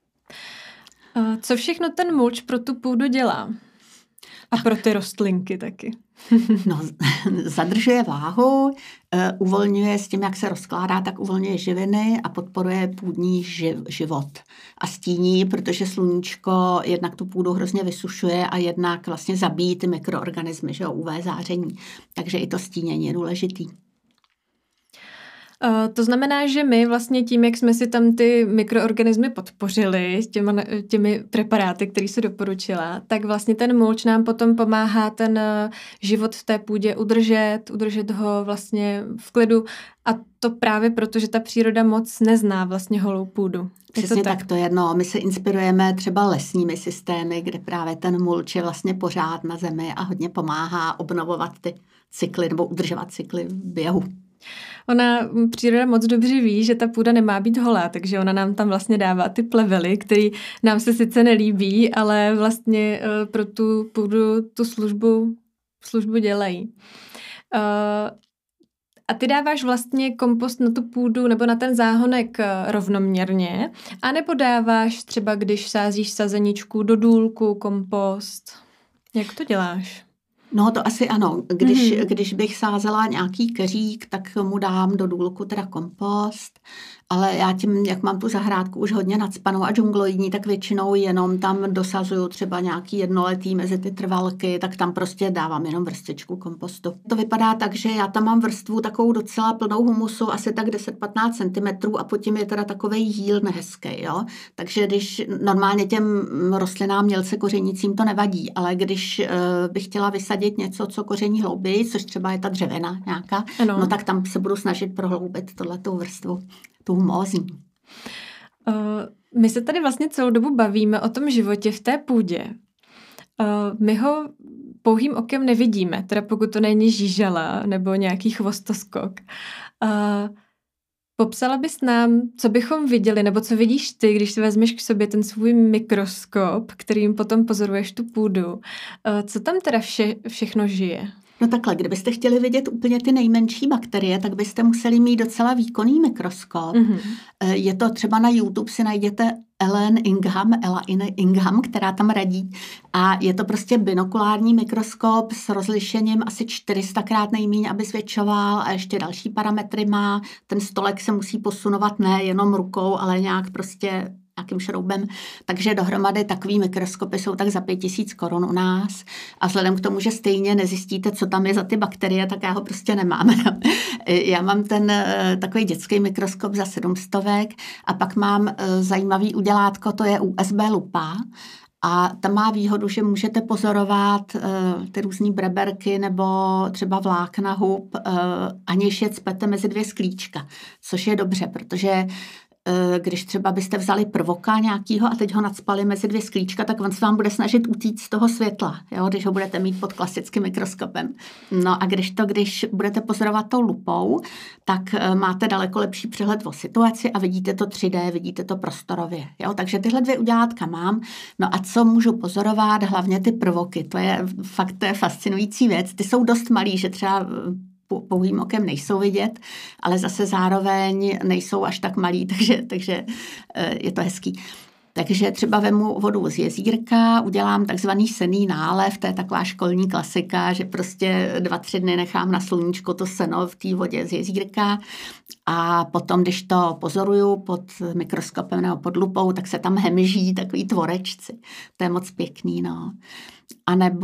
Co všechno ten mulč pro tu půdu dělá? A pro ty rostlinky taky. No, zadržuje váhu, uvolňuje s tím, jak se rozkládá, tak uvolňuje živiny a podporuje půdní život. A stíní, protože sluníčko jednak tu půdu hrozně vysušuje a jednak vlastně zabíjí ty mikroorganismy, že jo, UV záření. Takže i to stínění je důležitý. To znamená, že my vlastně tím, jak jsme si tam ty mikroorganismy podpořili těmi preparáty, které se doporučila, tak vlastně ten mulč nám potom pomáhá ten život v té půdě udržet ho vlastně v klidu a to právě proto, že ta příroda moc nezná vlastně holou půdu. Přesně tak to je. No, my se inspirujeme třeba lesními systémy, kde právě ten mulč je vlastně pořád na zemi a hodně pomáhá obnovovat ty cykly nebo udržovat cykly v běhu. Příroda moc dobře ví, že ta půda nemá být holá, takže ona nám tam vlastně dává ty plevely, které nám se sice nelíbí, ale vlastně pro tu půdu tu službu službu dělají. A ty dáváš vlastně kompost na tu půdu nebo na ten záhonek rovnoměrně, anebo dáváš třeba, když sázíš sazeničku do důlku, kompost? Jak to děláš? No to asi ano. Když bych sázela nějaký keřík, tak mu dám do důlku teda kompost, ale já tím, jak mám tu zahrádku už hodně nacpanou a džungloidní, tak většinou jenom tam dosazuju třeba nějaký jednoletý mezi ty trvalky, tak tam prostě dávám jenom vrstečku kompostu. To vypadá tak, že já tam mám vrstvu takovou docela plnou humusu, asi tak 10-15 cm a pod tím je teda takovej jíl nehezký, jo. Takže když normálně těm rostlinám mělce kořenícím to nevadí, ale když bych chtěla vysadit něco, co koření hlouběji, což třeba je ta dřevina nějaká, no tak tam se budu snažit prohloubit tohletou vrstvu. Tu humózní. My se tady vlastně celou dobu bavíme o tom životě v té půdě. My ho pouhým okem nevidíme, teda pokud to není žížala nebo nějaký chvostoskok. Popsala bys nám, co bychom viděli, nebo co vidíš ty, když si vezmeš k sobě ten svůj mikroskop, kterým potom pozoruješ tu půdu. Co tam teda všechno žije? No takhle, kdybyste chtěli vidět úplně ty nejmenší bakterie, tak byste museli mít docela výkonný mikroskop. Mm-hmm. Je to třeba na YouTube, si najděte Ella Ingham, která tam radí. A je to prostě binokulární mikroskop s rozlišením asi 400krát nejméně, aby svědčoval a ještě další parametry má. Ten stolek se musí posunovat ne jenom rukou, ale nějak prostě nějakým šroubem, takže dohromady takový mikroskopy jsou tak za 5 000 korun u nás a vzhledem k tomu, že stejně nezjistíte, co tam je za ty bakterie, tak já ho prostě nemám. Já mám ten takový dětský mikroskop za 700 a pak mám zajímavý udělátko, to je USB lupa. A ta má výhodu, že můžete pozorovat ty různý breberky nebo třeba vlákna hub, aniž je cpete mezi dvě sklíčka, což je dobře, protože když třeba byste vzali prvoka nějakýho a teď ho nacpali mezi dvě sklíčka, tak on se vám bude snažit utíct z toho světla, jo, když ho budete mít pod klasickým mikroskopem. No a když budete pozorovat tou lupou, tak máte daleko lepší přehled o situaci a vidíte to 3D, vidíte to prostorově. Jo, takže tyhle dvě udělátka mám. No a co můžu pozorovat? Hlavně ty prvoky. To je fascinující věc. Ty jsou dost malý, že třeba pouhým okem nejsou vidět, ale zase zároveň nejsou až tak malí, takže je to hezký. Takže třeba vemu vodu z jezírka, udělám takzvaný senný nálev, to je taková školní klasika, že prostě 2-3 dny nechám na sluníčko to seno v té vodě z jezírka a potom, když to pozoruju pod mikroskopem nebo pod lupou, tak se tam hemží takový tvorečci. To je moc pěkný, no. A nebo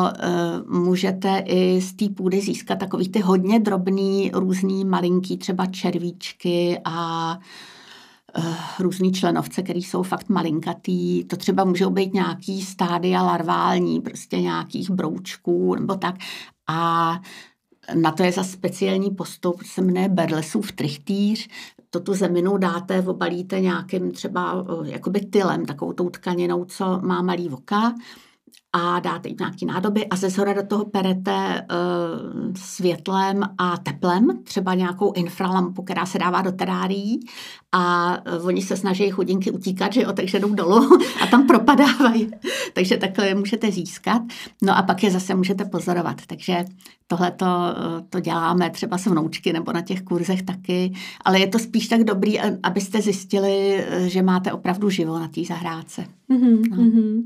můžete i z té půdy získat takový ty hodně drobný, různý malinký třeba červíčky a různý členovce, který jsou fakt malinkatý. To třeba můžou být nějaký stádia larvální, prostě nějakých broučků nebo tak. A na to je za speciální postup, se jmenuje Berlesův trichtýř. To tu zeminu dáte, obalíte nějakým třeba jakoby tylem, takovou tou tkaninou, co má malý voka, a dáte jim nějaký nádoby a ze zhora do toho perete světlem a teplem, třeba nějakou infralampu, která se dává do terárií a oni se snaží chudinky utíkat, že jo, takže jdou dolů a tam propadávají. Takže takhle je můžete získat. No a pak je zase můžete pozorovat. Takže tohle to děláme třeba s vnoučky nebo na těch kurzech taky, ale je to spíš tak dobrý, abyste zjistili, že máte opravdu živo na té zahrádce. Mm-hmm, no. Mm-hmm.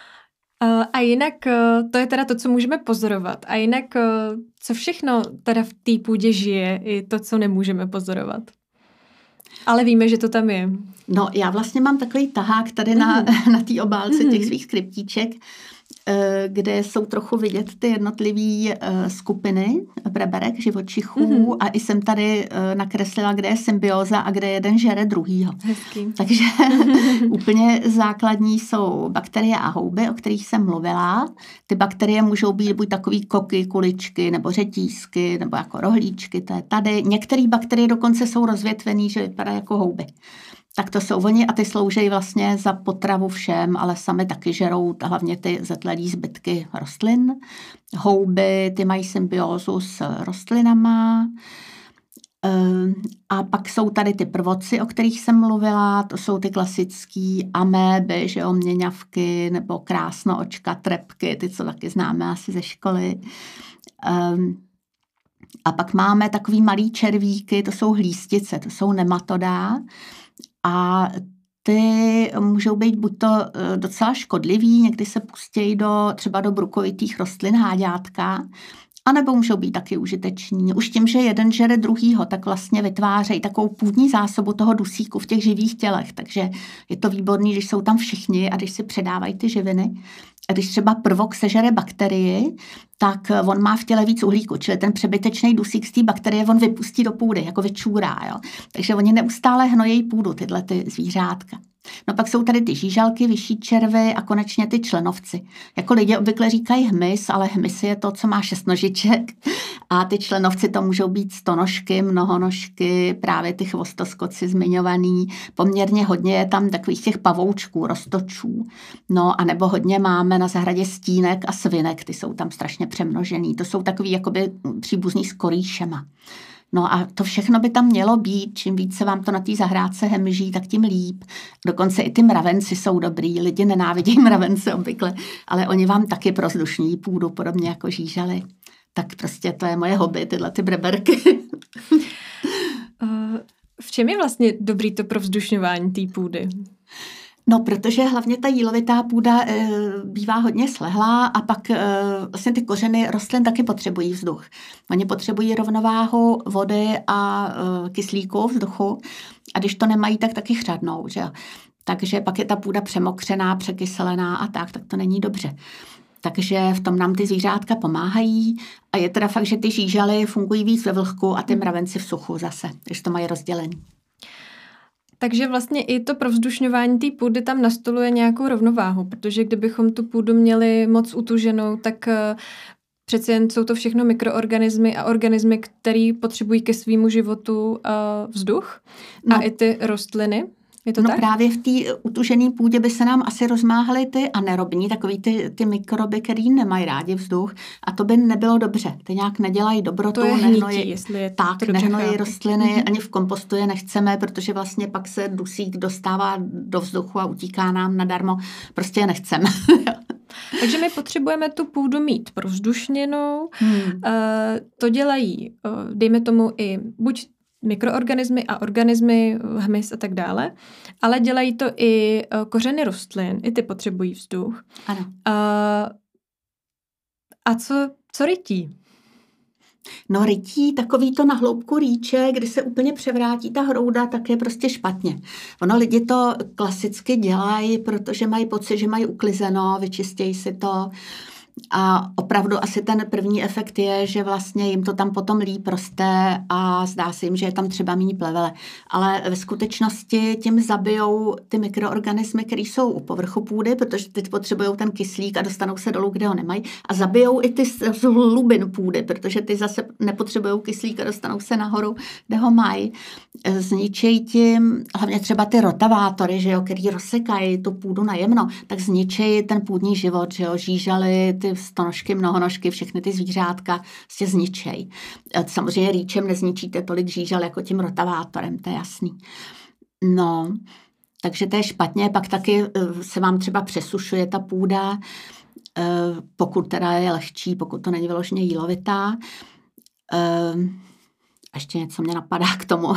A jinak to je teda to, co můžeme pozorovat. A jinak co všechno teda v té půdě žije, i to, co nemůžeme pozorovat. Ale víme, že to tam je. No, já vlastně mám takový tahák tady na té obálce těch svých skriptíček, kde jsou trochu vidět ty jednotlivé skupiny breberek, živočichů a i jsem tady nakreslila, kde je symbióza a kde jeden žere druhýho. Hezký. Takže úplně základní jsou bakterie a houby, o kterých jsem mluvila. Ty bakterie můžou být buď takový koky, kuličky, nebo řetízky, nebo jako rohlíčky, to je tady. Některé bakterie dokonce jsou rozvětvený, že vypadají jako houby. Tak to jsou oni a ty slouží vlastně za potravu všem, ale sami taky žerou hlavně ty zetlelý zbytky rostlin. Houby, ty mají symbiózu s rostlinama. A pak jsou tady ty prvoci, o kterých jsem mluvila, to jsou ty klasický améby, že jo, měňavky nebo krásnoočka, trepky, ty, co taky známe asi ze školy. A pak máme takový malý červíky, to jsou hlístice, to jsou nematoda a ty můžou být buď to docela škodlivý, někdy se pustí třeba do brukovitých rostlin háďátka, anebo můžou být taky užiteční. Už tím, že jeden žere druhýho, tak vlastně vytvářejí takovou půdní zásobu toho dusíku v těch živých tělech. Takže je to výborný, když jsou tam všichni a když si předávají ty živiny. A když třeba prvok sežere bakterii, tak on má v těle víc uhlíku, čili ten přebytečný dusík z té bakterie on vypustí do půdy, jako vyčůrá. Jo? Takže oni neustále hnojí půdu, tyhle ty zvířátka. No pak jsou tady ty žížalky, vyšší červy a konečně ty členovci. Jako lidi obvykle říkají hmyz, ale hmyz je to, co má 6 nožiček. A ty členovci to můžou být stonožky, mnohonožky, právě ty chvostoskoci zmiňovaný. Poměrně hodně je tam takových těch pavoučků, roztočů. No a nebo hodně máme na zahradě stínek a svinek, ty jsou tam strašně přemnožený. To jsou takový jakoby příbuzný s korýšema. No a to všechno by tam mělo být, čím víc se vám to na té zahrádce hemží, tak tím líp. Dokonce i ty mravenci jsou dobrý, lidi nenávidí mravence obvykle, ale oni vám taky prozdušní půdu, podobně jako žížaly. Tak prostě to je moje hobby, tyhle ty breberky. V čem je vlastně dobrý to provzdušňování té půdy? No, protože hlavně ta jílovitá půda bývá hodně slehlá a pak vlastně ty kořeny rostlin taky potřebují vzduch. Oni potřebují rovnováhu vody a kyslíku, vzduchu a když to nemají, tak taky chřadnou, že jo. Takže pak je ta půda přemokřená, překyselená a tak to není dobře. Takže v tom nám ty zvířátka pomáhají a je teda fakt, že ty žížaly fungují víc ve vlhku a ty mravenci v suchu zase, když to mají rozdělení. Takže vlastně i to provzdušňování té půdy tam nastoluje nějakou rovnováhu, protože kdybychom tu půdu měli moc utuženou, tak přece jen jsou to všechno mikroorganismy a organismy, které potřebují ke svému životu vzduch a i ty rostliny. Je to tak? Právě v té utužené půdě by se nám asi rozmáhaly ty anaerobní, takový ty mikroby, který nemají rádi vzduch a to by nebylo dobře. Ty nějak nedělají dobrotu, to je hnití, jestli je tak, nehnojí rostliny, ani v kompostu je nechceme, protože vlastně pak se dusík dostává do vzduchu a utíká nám nadarmo. Prostě je nechceme. Takže my potřebujeme tu půdu mít provzdušněnou. To dělají, dejme tomu i buď mikroorganismy a organismy, hmyz a tak dále, ale dělají to i kořeny rostlin, i ty potřebují vzduch. Ano. A co rytí? No rytí, takový to na hloubku rýče, kdy se úplně převrátí ta hrouda, tak je prostě špatně. Ono lidi to klasicky dělají, protože mají pocit, že mají uklizeno, vyčistějí si to. A opravdu asi ten první efekt je, že vlastně jim to tam potom líp roste a zdá se jim, že je tam třeba méně plevele. Ale ve skutečnosti tím zabijou ty mikroorganismy, které jsou u povrchu půdy, protože teď potřebují ten kyslík a dostanou se dolů, kde ho nemají. A zabijou i ty z hlubin půdy, protože ty zase nepotřebují kyslík a dostanou se nahoru, kde ho mají. Zničejí tím, hlavně třeba ty rotavátory, že jo, který rozsekají tu půdu najemno, tak zničejí ten půdní život, že jo, žížaly, ty stonožky, mnohonožky, všechny ty zvířátka se zničejí. Samozřejmě rýčem nezničíte tolik žížal jako tím rotavátorem, to je jasný. No, takže to je špatně, pak taky se vám třeba přesušuje ta půda, pokud teda je lehčí, pokud to není vyloženě jílovitá. Ještě něco mě napadá k tomu.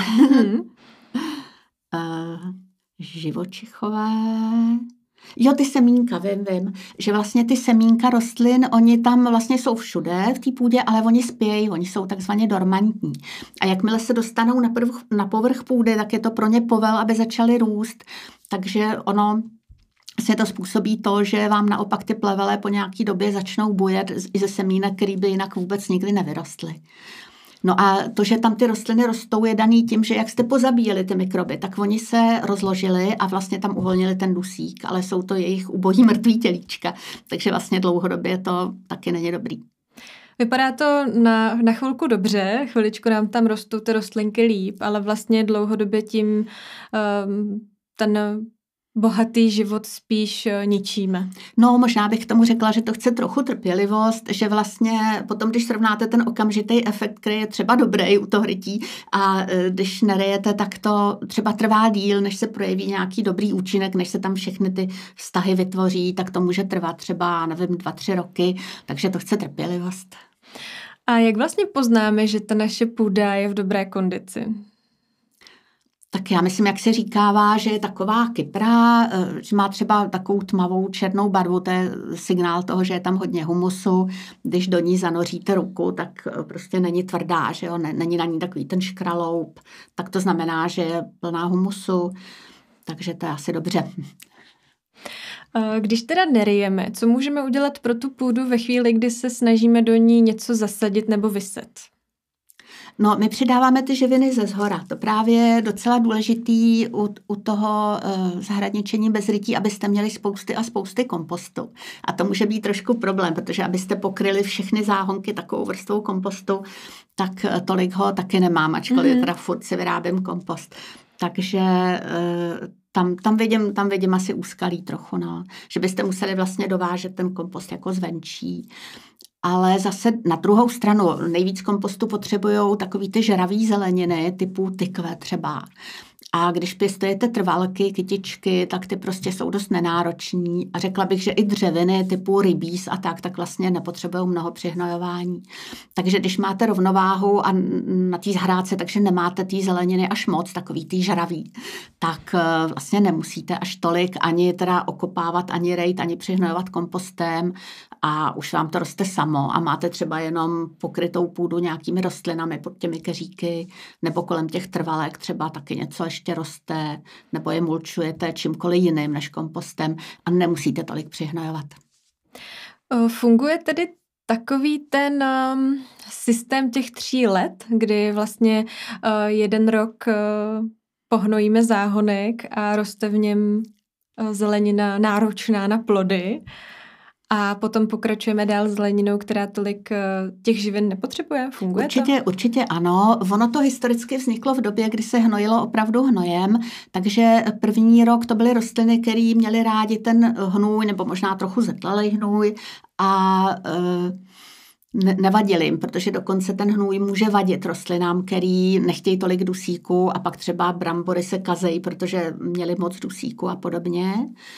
Živočichové... Jo, ty semínka, vím, že vlastně ty semínka rostlin, oni tam vlastně jsou všude v té půdě, ale oni spějí, oni jsou takzvaně dormantní. A jakmile se dostanou na povrch půdy, tak je to pro ně povel, aby začaly růst. Takže ono se to způsobí to, že vám naopak ty plevele po nějaký době začnou bujet i ze semínek, který by jinak vůbec nikdy nevyrostly. No a to, že tam ty rostliny rostou, je daný tím, že jak jste pozabíjeli ty mikroby, tak oni se rozložili a vlastně tam uvolnili ten dusík, ale jsou to jejich ubohý mrtvý tělíčka, takže vlastně dlouhodobě to taky není dobrý. Vypadá to na chvilku dobře, chviličku nám tam rostou ty rostlinky líp, ale vlastně dlouhodobě tím ten bohatý život spíš ničíme. No, možná bych k tomu řekla, že to chce trochu trpělivost, že vlastně potom, když srovnáte ten okamžitý efekt, který je třeba dobrý u toho rytí a když neryjete, tak to třeba trvá díl, než se projeví nějaký dobrý účinek, než se tam všechny ty vztahy vytvoří, tak to může trvat třeba, nevím, 2-3 roky, takže to chce trpělivost. A jak vlastně poznáme, že ta naše půda je v dobré kondici? Tak já myslím, jak se říkává, že je taková kyprá, že má třeba takovou tmavou černou barvu, to je signál toho, že je tam hodně humusu. Když do ní zanoříte ruku, tak prostě není tvrdá, že jo? Není na ní takový ten škraloup, tak to znamená, že je plná humusu, takže to je asi dobře. Když teda neryjeme, co můžeme udělat pro tu půdu ve chvíli, kdy se snažíme do ní něco zasadit nebo vyset? No, my přidáváme ty živiny ze zhora. To právě je docela důležitý u toho zahradničení bez rytí, abyste měli spousty a spousty kompostu. A to může být trošku problém, protože abyste pokryli všechny záhonky takovou vrstvou kompostu, tak tolik ho taky nemám, ačkoliv teda furt si vyrábím kompost. Takže tam vidím asi úskalí trochu, no. Že byste museli vlastně dovážet ten kompost jako zvenčí. Ale zase na druhou stranu nejvíc kompostu potřebujou takový ty žravý zeleniny typu tykve třeba. A když pěstujete trvalky, kytičky, tak ty prostě jsou dost nenároční. A řekla bych, že i dřeviny typu rybíz a tak vlastně nepotřebují mnoho přihnojování. Takže když máte rovnováhu a na té zahrádce, takže nemáte té zeleniny až moc, takový tý žravý, tak vlastně nemusíte až tolik ani teda okopávat, ani rejt, ani přihnojovat kompostem a už vám to roste samo a máte třeba jenom pokrytou půdu nějakými rostlinami pod těmi keříky nebo kolem těch trvalek třeba taky něco ještě roste, nebo je mulčujete čímkoliv jiným než kompostem a nemusíte tolik přihnojovat. Funguje tedy takový ten systém těch 3 let, kdy vlastně jeden rok pohnojíme záhonek a roste v něm zelenina náročná na plody a potom pokračujeme dál zeleninou, která tolik těch živin nepotřebuje? Funguje to? Určitě ano. Ono to historicky vzniklo v době, kdy se hnojilo opravdu hnojem, takže první rok to byly rostliny, které měly rádi ten hnůj, nebo možná trochu zetlelej hnůj a nevadil jim, protože dokonce ten hnůj může vadit rostlinám, který nechtějí tolik dusíku a pak třeba brambory se kazejí, protože měly moc dusíku a podobně.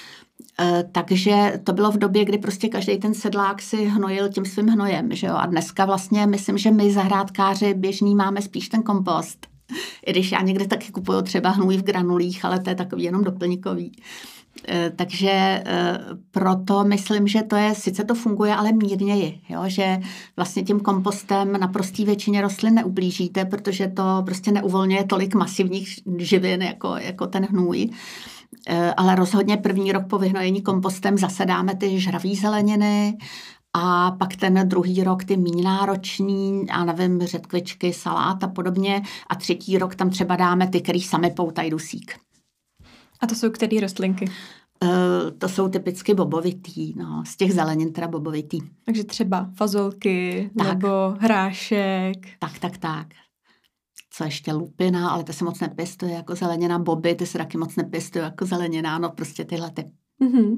Takže to bylo v době, kdy prostě každý ten sedlák si hnojil tím svým hnojem, že jo? A dneska vlastně myslím, že my zahrádkáři běžný máme spíš ten kompost. I když já někde taky kupuju třeba hnůj v granulích, ale to je takový jenom doplňkový. Takže proto myslím, že to je, sice to funguje, ale mírněji, jo? Že vlastně tím kompostem na prostý většině rostlin neublížíte, protože to prostě neuvolňuje tolik masivních živin jako ten hnůj. Ale rozhodně první rok po vyhnojení kompostem zasedáme ty žravý zeleniny a pak ten druhý rok ty méně nároční, a nevím, řetkvičky, salát a podobně a třetí rok tam třeba dáme ty, který sami poutají dusík. A to jsou který rostlinky? To jsou typicky bobovitý, no, z těch zelenin teda bobovitý. Takže třeba fazolky nebo hrášek. Tak. Co ještě lupina, ale to se moc nepěstuje jako zelenina, boby, ty se taky moc nepěstuje jako zelenina, no prostě tyhle ty. Mm-hmm.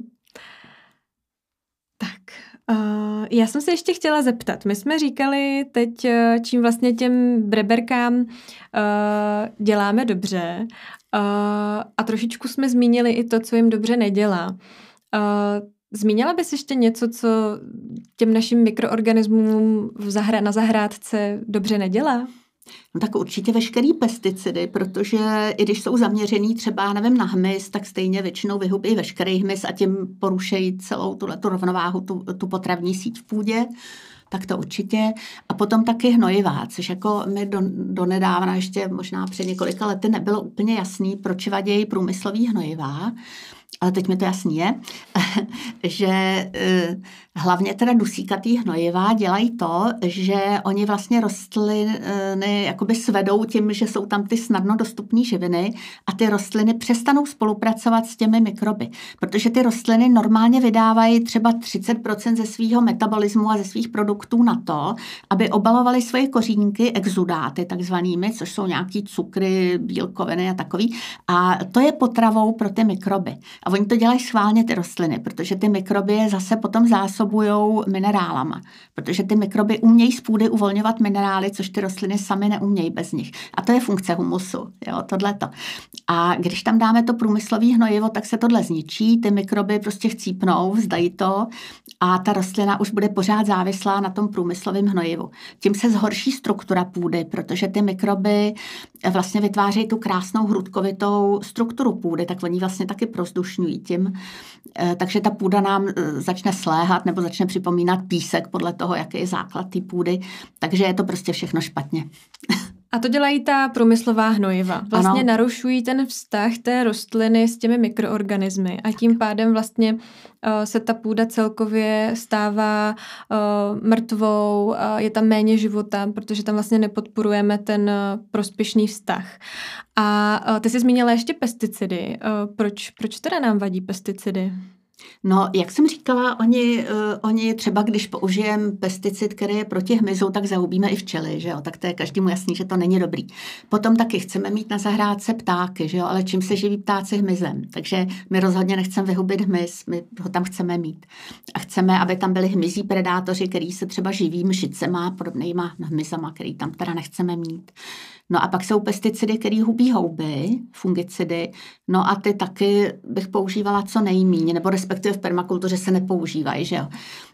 Tak, já jsem se ještě chtěla zeptat. My jsme říkali teď, čím vlastně těm breberkám děláme dobře a trošičku jsme zmínili i to, co jim dobře nedělá. Zmínila bys ještě něco, co těm našim mikroorganismům na zahrádce dobře nedělá? No tak určitě veškerý pesticidy, protože i když jsou zaměřený třeba, nevím, na hmyz, tak stejně většinou vyhubí veškerý hmyz a tím porušejí celou tu rovnováhu, tu potravní síť v půdě. Tak to určitě. A potom taky hnojivá, což jako mi donedávna ještě možná před několika lety nebylo úplně jasný, proč vadějí průmyslový hnojivá. Ale teď mi to jasný je, že hlavně teda dusíkatý hnojiva dělají to, že oni vlastně rostliny jakoby svedou tím, že jsou tam ty snadno dostupné živiny a ty rostliny přestanou spolupracovat s těmi mikroby. Protože ty rostliny normálně vydávají třeba 30% ze svého metabolismu a ze svých produktů na to, aby obalovaly svoje kořínky exudáty takzvanými, což jsou nějaký cukry, bílkoviny a takový. A to je potravou pro ty mikroby. A oni to dělají schválně ty rostliny, protože ty mikroby je zase potom zásobujou minerálama. Protože ty mikroby umějí z půdy uvolňovat minerály, což ty rostliny sami neumějí bez nich. A to je funkce humusu, jo, tohleto. A když tam dáme to průmyslový hnojivo, tak se tohle zničí, ty mikroby prostě chcípnou, vzdají to a ta rostlina už bude pořád závislá na tom průmyslovém hnojivu. Tím se zhorší struktura půdy, protože ty mikroby vlastně vytvářejí tu krásnou hrudkovitou strukturu půdy, tak oni vlastně taky prozdušňují tím. Takže ta půda nám začne sléhat nebo začne připomínat písek podle toho, jaký je základ té půdy. Takže je to prostě všechno špatně. A to dělají ta průmyslová hnojiva. Vlastně ano. Narušují ten vztah té rostliny s těmi mikroorganismy a tím pádem vlastně se ta půda celkově stává mrtvou, je tam méně života, protože tam vlastně nepodporujeme ten prospěšný vztah. A ty jsi zmínila ještě pesticidy. Proč teda nám vadí pesticidy? No, jak jsem říkala, oni třeba, když použijeme pesticid, který je proti hmyzu, tak zahubíme i včely, že jo? Tak to je každému jasný, že to není dobrý. Potom taky chceme mít na zahrádce ptáky, že jo? Ale čím se živí ptáci hmyzem? Takže my rozhodně nechceme vyhubit hmyz, my ho tam chceme mít. A chceme, aby tam byli hmyzí predátoři, který se třeba živí mšicema, podobnýma hmyzama, který tam teda nechceme mít. No a pak jsou pesticidy, který hubí houby, fungicidy, no a ty taky bych používala co nejméně, nebo respektive v permakultuře se nepoužívají, že jo.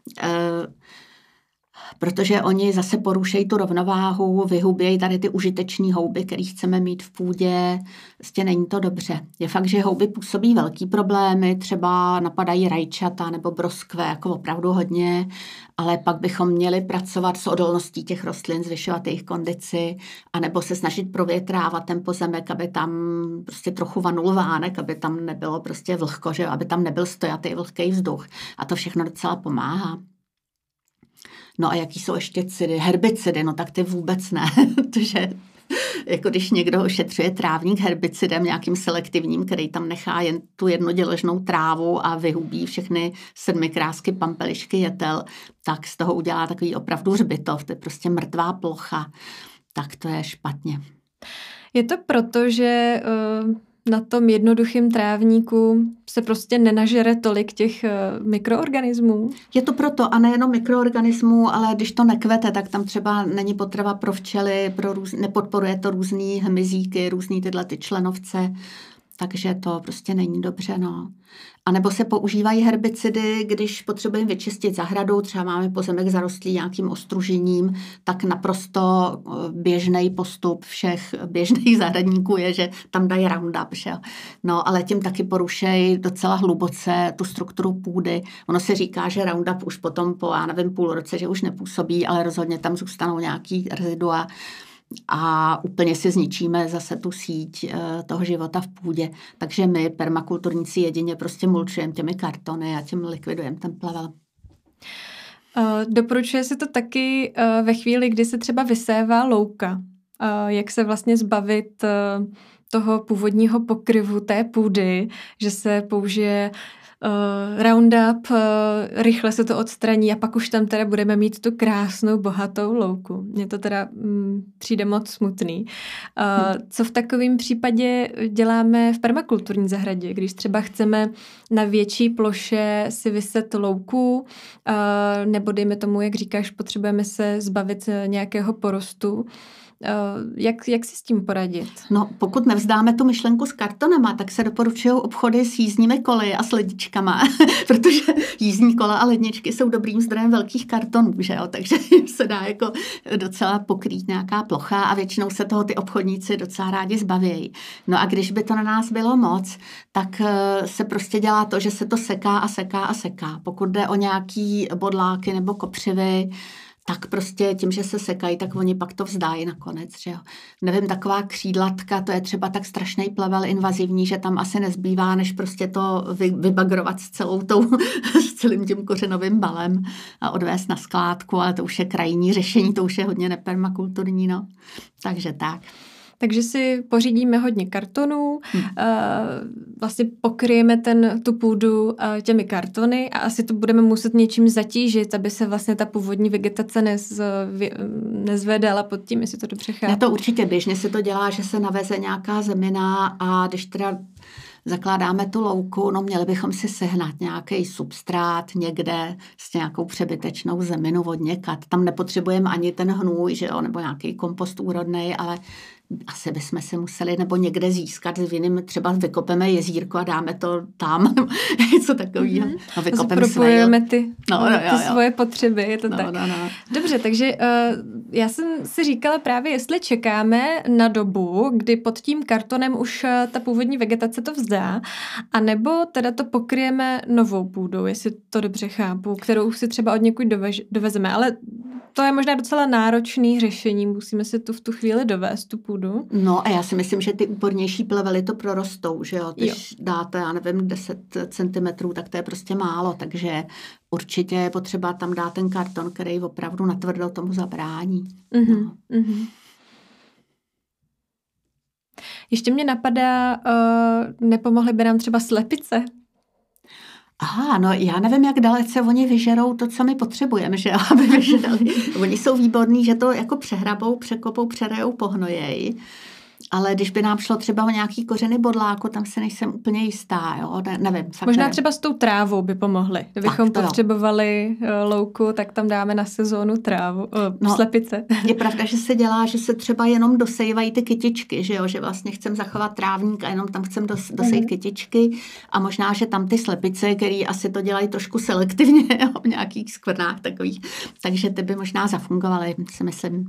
Protože oni zase porušejí tu rovnováhu, vyhubějí tady ty užitečné houby, které chceme mít v půdě, prostě není to dobře. Je fakt, že houby působí velký problémy, třeba napadají rajčata nebo broskve, jako opravdu hodně, ale pak bychom měli pracovat s odolností těch rostlin, zvyšovat jejich kondici, anebo se snažit provětrávat ten pozemek, aby tam prostě trochu vanul vánek, aby tam nebylo prostě vlhko, že? Aby tam nebyl stojatý vlhký vzduch. A to všechno docela pomáhá. No a jaký jsou ještě herbicidy, no tak ty vůbec ne, protože jako když někdo ošetřuje trávník herbicidem nějakým selektivním, který tam nechá jen tu jednoděložnou trávu a vyhubí všechny sedmikrásky, pampelišky, jetel, tak z toho udělá takový opravdu hřbitov, to je prostě mrtvá plocha, tak to je špatně. Je to proto, že na tom jednoduchém trávníku se prostě nenažere tolik těch mikroorganismů? Je to proto, a nejenom mikroorganismů, ale když to nekvete, tak tam třeba není potrava pro včely, nepodporuje to různý hmyzíky, různý tyhle ty členovce, takže to prostě není dobře, no. A nebo se používají herbicidy, když potřebujeme vyčistit zahradu, třeba máme pozemek zarostlý nějakým ostružením, tak naprosto běžný postup všech běžných zahradníků je, že tam dají Roundup, že? No, ale tím taky porušejí docela hluboce tu strukturu půdy. Ono se říká, že Roundup už potom po, já nevím, půl roce, že už nepůsobí, ale rozhodně tam zůstanou nějaký rezidua a úplně si zničíme zase tu síť toho života v půdě. Takže my, permakulturníci, jedině prostě mulčujeme těmi kartony a tím likvidujeme ten plevel. Doporučuje se to taky ve chvíli, kdy se třeba vysévá louka. Jak se vlastně zbavit toho původního pokryvu té půdy, že se použije Roundup, rychle se to odstraní a pak už tam teda budeme mít tu krásnou, bohatou louku. Mně to teda přijde moc smutný. Co v takovém případě děláme v permakulturní zahradě, když třeba chceme na větší ploše si vyset louku, nebo dejme tomu, jak říkáš, potřebujeme se zbavit nějakého porostu. Jak si s tím poradit? No, pokud nevzdáme tu myšlenku s kartonama, tak se doporučují obchody s jízdními koly a s ledničkama, protože jízdní kola a ledničky jsou dobrým zdrojem velkých kartonů, že jo? Takže se dá jako docela pokrýt nějaká plocha a většinou se toho ty obchodníci docela rádi zbavějí. No a když by to na nás bylo moc, tak se prostě dělá to, že se to seká a seká a seká. Pokud jde o nějaký bodláky nebo kopřivy, tak prostě tím, že se sekají, tak oni pak to vzdají nakonec, že jo. Nevím, taková křídlatka, to je třeba tak strašný plevel invazivní, že tam asi nezbývá, než prostě to vybagrovat s celým tím kořenovým balem a odvést na skládku, ale to už je krajní řešení, to už je hodně nepermakulturní, no. Takže tak. Takže si pořídíme hodně kartonů, vlastně pokryjeme tu půdu těmi kartony a asi to budeme muset něčím zatížit, aby se vlastně ta původní vegetace nezvedala pod tím, jestli to dobře chápu. Já to určitě běžně se to dělá, že se naveze nějaká zemina a když teda zakládáme tu louku, no měli bychom si sehnat nějaký substrát někde s nějakou přebytečnou zeminu odněkat. Tam nepotřebujeme ani ten hnůj, že jo, nebo nějaký kompost úrodnej, ale asi bychom si museli nebo někde získat s jiným, třeba vykopeme jezírko a dáme to tam, něco takového. No, propojujeme ty svoje potřeby, je to tak. No. Dobře, takže já jsem si říkala právě, jestli čekáme na dobu, kdy pod tím kartonem už ta původní vegetace to vzdá, anebo teda to pokryjeme novou půdou, jestli to dobře chápu, kterou si třeba od někud dovezeme, ale to je možná docela náročný řešení, musíme si tu v tu chvíli dovést, tu půdu. No a já si myslím, že ty úpornější plevely to prorostou, že jo, když dáte, já nevím, 10 centimetrů, tak to je prostě málo, takže určitě je potřeba tam dát ten karton, který opravdu natvrdo tomu zabrání. No. Ještě mě napadá, nepomohly by nám třeba slepice? Aha, no já nevím, jak dalece oni vyžerou to, co my potřebujeme, že jo, aby vyžerali. Oni jsou výborní, že to jako přehrabou, překopou, přerejou, pohnojejí. Ale když by nám šlo třeba o nějaký kořeny bodláku, tam se nejsem úplně jistá, jo, nevím. Možná nevím. Třeba s tou trávou by pomohly. Kdybychom potřebovali louku, tak tam dáme na sezónu trávu, slepice. Je pravda, že se dělá, že se třeba jenom dosejvají ty kytičky, že jo, že vlastně chcem zachovat trávník a jenom tam chcem dosejt kytičky a možná, že tam ty slepice, které asi to dělají trošku selektivně, jo, v nějakých skvrnách takových, takže ty by možná zafungovaly, si myslím.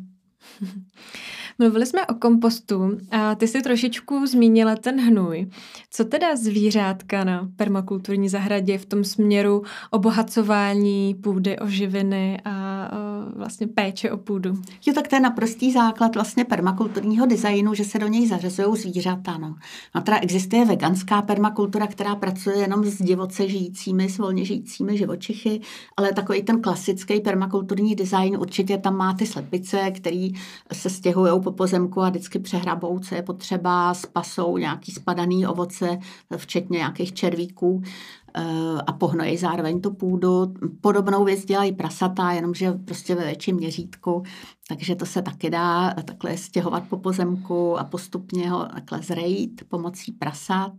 Mluvili jsme o kompostu a ty jsi trošičku zmínila ten hnůj. Co teda zvířátka na permakulturní zahradě v tom směru obohacování půdy o živiny a vlastně péče o půdu? Jo, tak to je naprostý základ vlastně permakulturního designu, že se do něj zařazují zvířata. No teda existuje veganská permakultura, která pracuje jenom s divoce žijícími, s volně žijícími živočichy, ale takový ten klasický permakulturní design určitě tam má ty slepice, který se stěhují po pozemku a vždycky přehrabou, co je potřeba, spasou nějaký spadaný ovoce, včetně nějakých červíků a pohnojí zároveň tu půdu. Podobnou věc dělají prasata, jenomže prostě ve větším měřítku, takže to se taky dá takhle stěhovat po pozemku a postupně ho takhle zrejít pomocí prasat.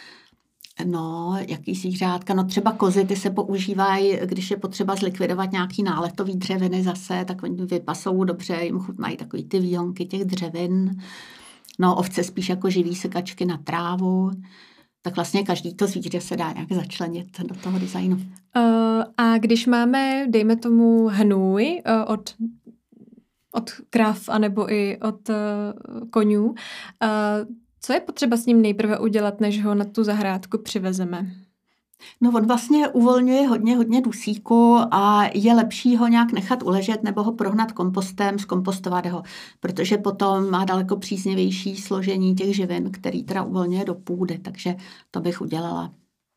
No, jaký zvířátka? No třeba kozy, ty se používají, když je potřeba zlikvidovat nějaký náletový dřeviny zase, tak oni vypasou dobře, jim chutnají takový ty výhonky těch dřevin. No, ovce spíš jako živý sekačky na trávu. Tak vlastně každý to zvíře se dá nějak začlenit do toho designu. A když máme, dejme tomu, hnůj od krav anebo i od konňů, co je potřeba s ním nejprve udělat, než ho na tu zahrádku přivezeme? No on vlastně uvolňuje hodně dusíku a je lepší ho nějak nechat uležet nebo ho prohnat kompostem, zkompostovat ho, protože potom má daleko příznivější složení těch živin, který teda uvolňuje do půdy, takže to bych udělala.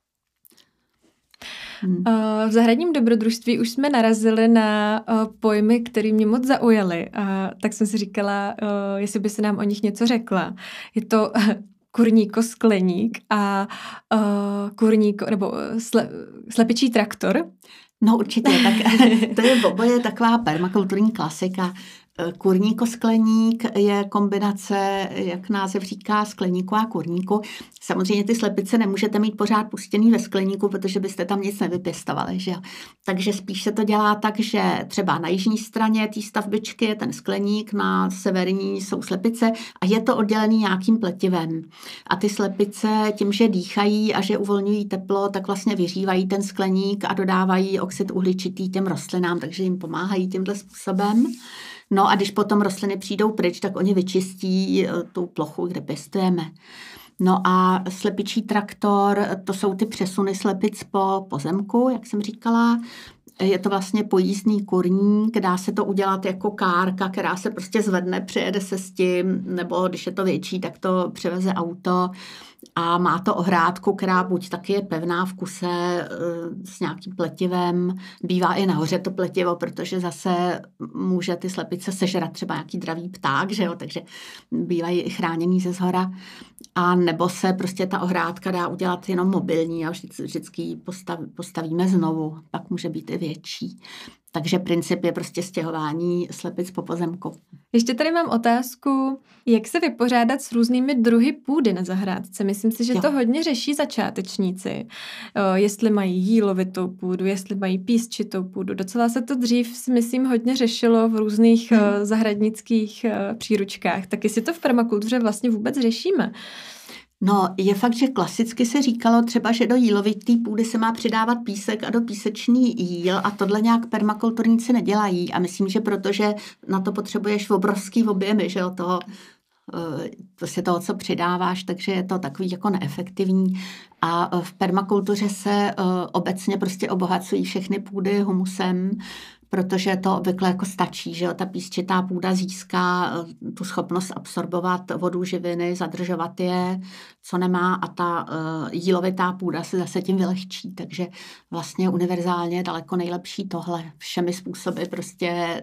V zahradním dobrodružství už jsme narazili na pojmy, které mě moc zaujaly. Tak jsem si říkala, jestli by se nám o nich něco řekla. Je to kurníko-skleník a slepičí traktor. No určitě, tak to je oboje taková permakulturní klasika. Kurníko-skleník je kombinace, jak název říká, skleníku a kurníku. Samozřejmě ty slepice nemůžete mít pořád pustěný ve skleníku, protože byste tam nic nevypěstovali, že jo. Takže spíš se to dělá tak, že třeba na jižní straně té stavbičky je ten skleník, na severní jsou slepice a je to oddělený nějakým pletivem. A ty slepice tím, že dýchají a že uvolňují teplo, tak vlastně vyřívají ten skleník a dodávají oxid uhličitý těm rostlinám, takže jim pomáhají tímhle způsobem. No a když potom rostliny přijdou pryč, tak oni vyčistí tu plochu, kde pěstujeme. No a slepičí traktor, to jsou ty přesuny slepic po pozemku, jak jsem říkala. Je to vlastně pojízdný kurník, dá se to udělat jako kárka, která se prostě zvedne, přijede se s tím, nebo když je to větší, tak to převeze auto. A má to ohrádku, která buď taky je pevná v kuse s nějakým pletivem, bývá i nahoře to pletivo, protože zase může ty slepice sežrat třeba nějaký dravý pták, že jo, takže bývají i chráněný ze zhora. A nebo se prostě ta ohrádka dá udělat jenom mobilní a vždycky ji postavíme znovu, pak může být i větší. Takže princip je prostě stěhování slepic po pozemku. Ještě tady mám otázku, jak se vypořádat s různými druhy půdy na zahrádce. Myslím si, že to hodně řeší začátečníci. Jestli mají jílovitou půdu, jestli mají písčitou půdu. Docela se to dřív, si myslím, hodně řešilo v různých zahradnických příručkách. Tak jestli to v permakultuře vlastně vůbec řešíme? No, je fakt, že klasicky se říkalo třeba, že do jílovité půdy se má přidávat písek a do písečný jíl a tohle nějak permakulturníci nedělají. A myslím, že protože na to potřebuješ obrovský objemy, že jo, toho, co přidáváš, takže je to takový jako neefektivní. A v permakultuře se obecně prostě obohacují všechny půdy humusem, protože to obvykle jako stačí, že jo, ta písčitá půda získá tu schopnost absorbovat vodu, živiny, zadržovat je, co nemá, a ta jílovitá půda se zase tím vylehčí, takže vlastně univerzálně daleko nejlepší tohle všemi způsoby prostě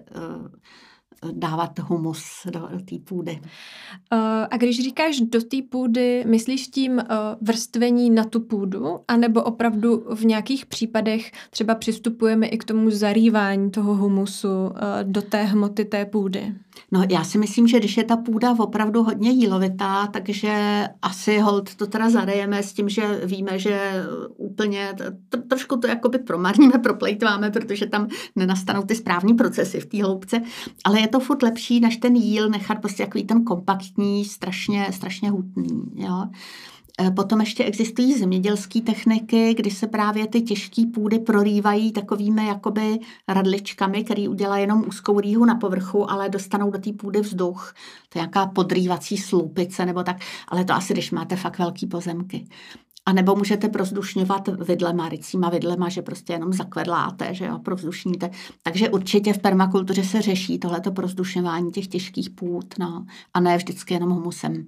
dávat humus do té půdy. A když říkáš do té půdy, myslíš tím vrstvení na tu půdu, anebo opravdu v nějakých případech třeba přistupujeme i k tomu zarývání toho humusu do té hmoty té půdy? No, já si myslím, že když je ta půda opravdu hodně jílovitá, takže asi holt to teda zarejeme s tím, že víme, že úplně trošku to jakoby promarníme, proplejtváme, protože tam nenastanou ty správní procesy v té hloubce, ale je to furt lepší, než ten jíl nechat prostě takový ten kompaktní, strašně hutný, jo. Potom ještě existují zemědělské techniky, kdy se právě ty těžké půdy prorývají takovými jakoby radličkami, které udělají jenom úzkou rýhu na povrchu, ale dostanou do té půdy vzduch. To je nějaká podrývací slupice nebo tak, ale to asi, když máte fakt velký pozemky. A nebo můžete prozdušňovat vidlema, rycíma vidlema, že prostě jenom zakvedláte, že jo, prozdušníte. Takže určitě v permakultuře se řeší tohleto prozdušňování těch těžkých půd, no, a ne vždycky jenom humusem.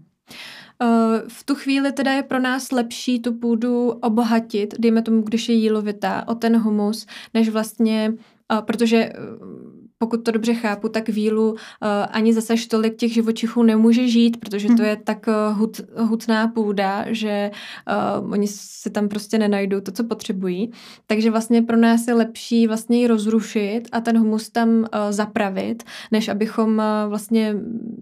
V tu chvíli teda je pro nás lepší tu půdu obohatit, dejme tomu, když je jílovitá, o ten humus, než vlastně, protože pokud to dobře chápu, tak v jílu ani zase tolik těch živočichů nemůže žít, protože to je tak hutná půda, že oni si tam prostě nenajdou to, co potřebují. Takže vlastně pro nás je lepší vlastně ji rozrušit a ten humus tam zapravit, než abychom vlastně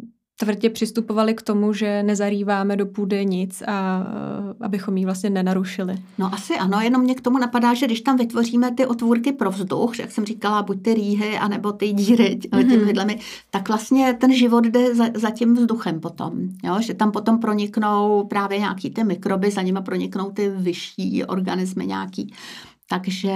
tvrdě přistupovali k tomu, že nezarýváme do půdy nic a abychom ji vlastně nenarušili. No asi ano, jenom mě k tomu napadá, že když tam vytvoříme ty otvůrky pro vzduch, jak jsem říkala, buď ty rýhy, anebo ty díry těmi vidlemi, tak vlastně ten život jde za tím vzduchem potom. Jo? Že tam potom proniknou právě nějaký ty mikroby, za nimi proniknou ty vyšší organismy nějaký. Takže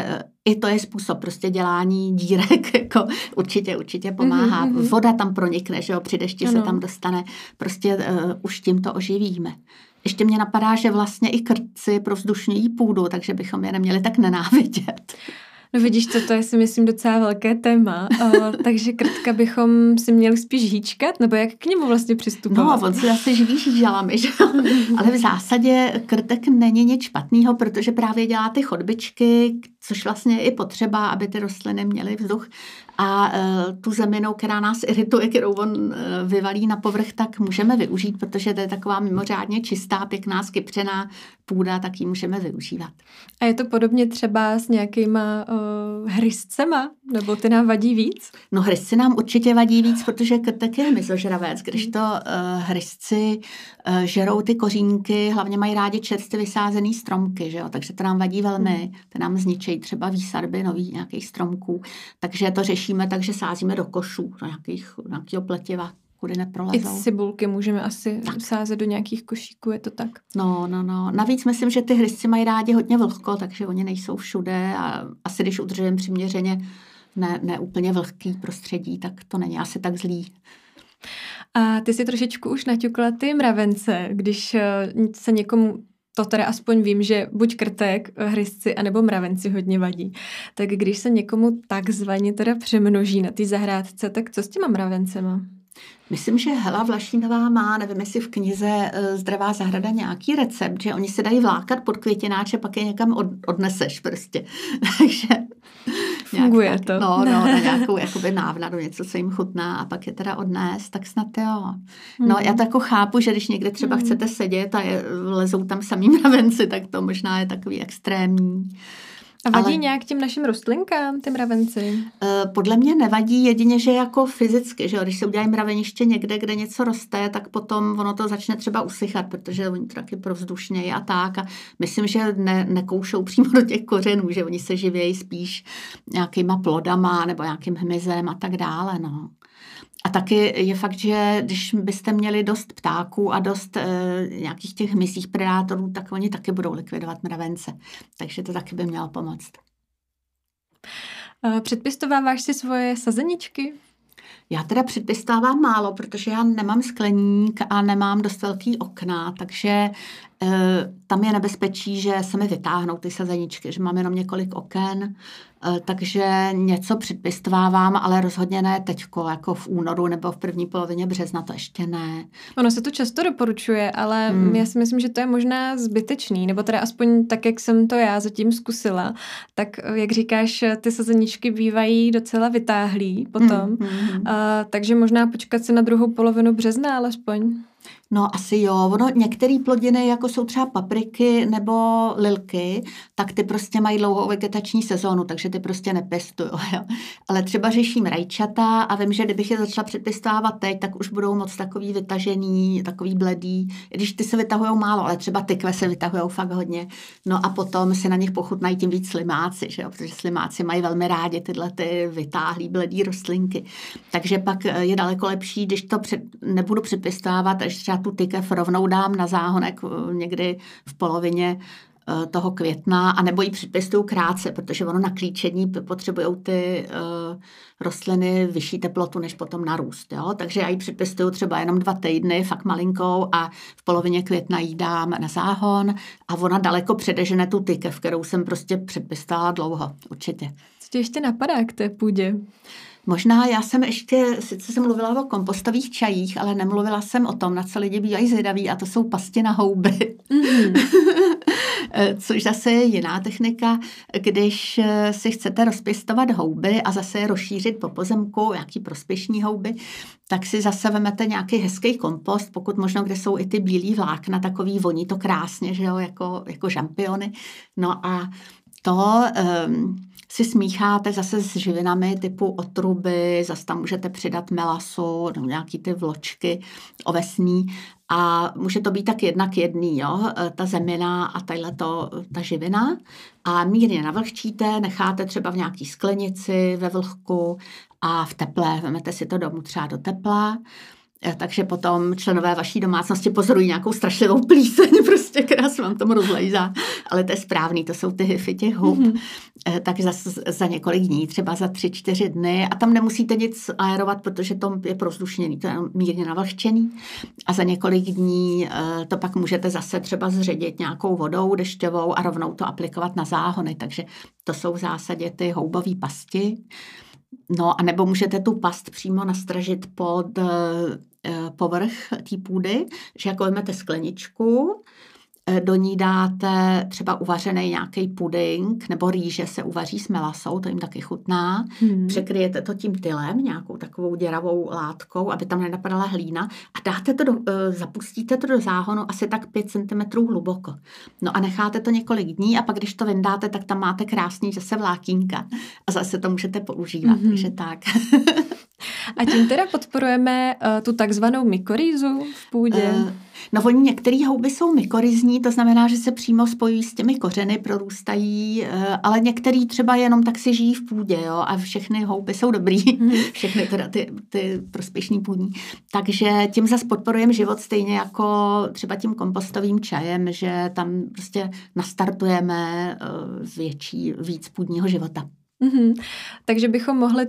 i to je způsob prostě dělání dírek, jako určitě pomáhá. Voda tam pronikne, že jo, při dešti se tam dostane, prostě už tím to oživíme. Ještě mě napadá, že vlastně i krtci provzdušňují půdu, takže bychom je neměli tak nenávidět. No vidíš, to je si myslím docela velké téma, takže krtka bychom si měli spíš hýčkat, nebo jak k němu vlastně přistupovat? No, on se zase živí žížalami, že jo? Ale v zásadě krtek není nic špatného, protože právě dělá ty chodbičky, což vlastně je i potřeba, aby ty rostliny měly vzduch, a tu zeminu, která nás irituje, kterou on vyvalí na povrch, tak můžeme využít, protože to je taková mimořádně čistá, pěkná, skypřená půda, tak ji můžeme využívat. A je to podobně třeba s nějakýma hryzcema? Nebo ty nám vadí víc? No hryzci nám určitě vadí víc, protože krtek je hmyzožravec, když to hryzci žerou ty kořínky, hlavně mají rádi čerstvě vysázený stromky, že jo? Takže to nám vadí velmi, to nám zničejí třeba výsadby nových nějakých stromků, takže to řešíme tak, že sázíme do košů, do nějakého pletiva, kudy neprolezou. I cibulky můžeme asi sázet do nějakých košíků, je to tak? No. Navíc myslím, že ty hryzci mají rádi hodně vlhko, takže oni nejsou všude a asi když udržujeme přiměřeně ne úplně vlhký prostředí, tak to není asi tak zlý. A ty si trošičku už naťukla ty mravence, když se někomu, to teda aspoň vím, že buď krtek, hryzci, anebo mravenci hodně vadí. Tak když se někomu takzvaně teda přemnoží na té zahrádce, tak co s těma mravencema? Myslím, že Hela Vlašinová má, nevím, jestli v knize Zdravá zahrada nějaký recept, že oni se dají vlákat pod květináče, pak je někam odneseš prostě. Takže funguje to. No, na nějakou jakoby návnadu, něco, co jim chutná a pak je teda odnést, tak snad jo. No, já to jako chápu, že když někde třeba chcete sedět a lezou tam samý mravenci, tak to možná je takový extrémní. A vadí nějak těm našim rostlinkám, ty mravenci? Podle mě nevadí, jedině, že jako fyzicky, že když se udělají mraveniště někde, kde něco roste, tak potom ono to začne třeba usychat, protože oni to taky provzdušnějí a tak. A myslím, že nekoušou přímo do těch kořenů, že oni se živějí spíš nějakýma plodama nebo nějakým hmyzem a tak dále, no. A taky je fakt, že když byste měli dost ptáků a dost nějakých těch hmyzích predátorů, tak oni taky budou likvidovat mravence. Takže to taky by mělo pomoct. Předpěstováváš si svoje sazeničky? Já teda předpěstávám málo, protože já nemám skleník a nemám dost velký okna, takže tam je nebezpečí, že se mi vytáhnou ty sazeničky, že mám jenom několik oken, takže něco předpěstovávám, ale rozhodně ne teďko, jako v únoru nebo v první polovině března, to ještě ne. Ono se to často doporučuje, ale já si myslím, že to je možná zbytečný, nebo teda aspoň tak, jak jsem to já zatím zkusila, tak jak říkáš, ty sazeničky bývají docela vytáhlý potom, takže možná počkat si na druhou polovinu března alespoň. No asi jo, některé plodiny, jako jsou třeba papriky nebo lilky, tak ty prostě mají dlouhou vegetační sezónu, takže ty prostě nepěstuju. Jo. Ale třeba řeším rajčata a vím, že kdybych je začala předpěstávat teď, tak už budou moc takový vytažený, takový bledý, když ty se vytahujou málo, ale třeba tykve se vytahujou fakt hodně. No a potom si na nich pochutnají tím víc slimáci, že jo, protože slimáci mají velmi rádi tyhle ty vytáhlý bledý rostlinky. Takže pak je daleko lepší, když to nebudu předpěstávat, až třeba tu tykev rovnou dám na záhonek někdy v polovině toho května, anebo ji předpěstuju krátce, protože ono na klíčení potřebují ty rostliny vyšší teplotu, než potom narůst. Jo? Takže já ji předpěstuju třeba jenom 2 týdny, fakt malinkou a v polovině května ji dám na záhon a ona daleko předežene tu tykev, kterou jsem prostě předpěstovala dlouho, určitě. Co tě ještě napadá k té půdě? Možná já jsem sice jsem mluvila o kompostových čajích, ale nemluvila jsem o tom, na co lidi bývají zvědaví, a to jsou pasti na houby. Což zase je jiná technika, když si chcete rozpěstovat houby a zase je rozšířit po pozemku, nějaký prospěšný houby, tak si zase vemete nějaký hezký kompost, pokud možno, kde jsou i ty bílý vlákna, takový voní to krásně, že jo, jako žampiony. No a to si smícháte zase s živinami typu otruby, zase tam můžete přidat melasu, no, nějaký ty vločky ovesný a může to být tak 1:1, jo, ta zemina a ta živina a mírně navlhčíte, necháte třeba v nějaký sklenici ve vlhku a v teple, vemete si to domů třeba do tepla. Takže potom členové vaší domácnosti pozorují nějakou strašlivou plíseň, prostě, která se vám tomu rozlejzá. Ale to je správný, to jsou ty hyfy těch hub. Takže za několik dní, třeba za 3-4 dny. A tam nemusíte nic aerovat, protože to je prozdušněný, to je mírně navlhčený. A za několik dní to pak můžete zase třeba zředit nějakou vodou dešťovou a rovnou to aplikovat na záhony. Takže to jsou v zásadě ty houbové pasti. No a nebo můžete tu past přímo nastražit pod povrch té půdy, že jako vezmete skleničku, do ní dáte třeba uvařený nějaký puding, nebo rýže se uvaří s melasou, to jim taky chutná. Překryjete to tím tylem, nějakou takovou děravou látkou, aby tam nenapadala hlína a dáte to zapustíte to do záhonu asi tak 5 cm hluboko. No a necháte to několik dní a pak, když to vyndáte, tak tam máte krásný zase vlákínka a zase to můžete používat, takže tak. A tím teda podporujeme tu takzvanou mykorýzu v půdě? No oni některé houby jsou mykorizní, to znamená, že se přímo spojují s těmi kořeny, prorůstají, ale některý třeba jenom tak si žijí v půdě, jo, a všechny houby jsou dobrý, všechny teda ty prospěšný půdní. Takže tím zase podporujeme život stejně jako třeba tím kompostovým čajem, že tam prostě nastartujeme víc půdního života. Takže bychom mohli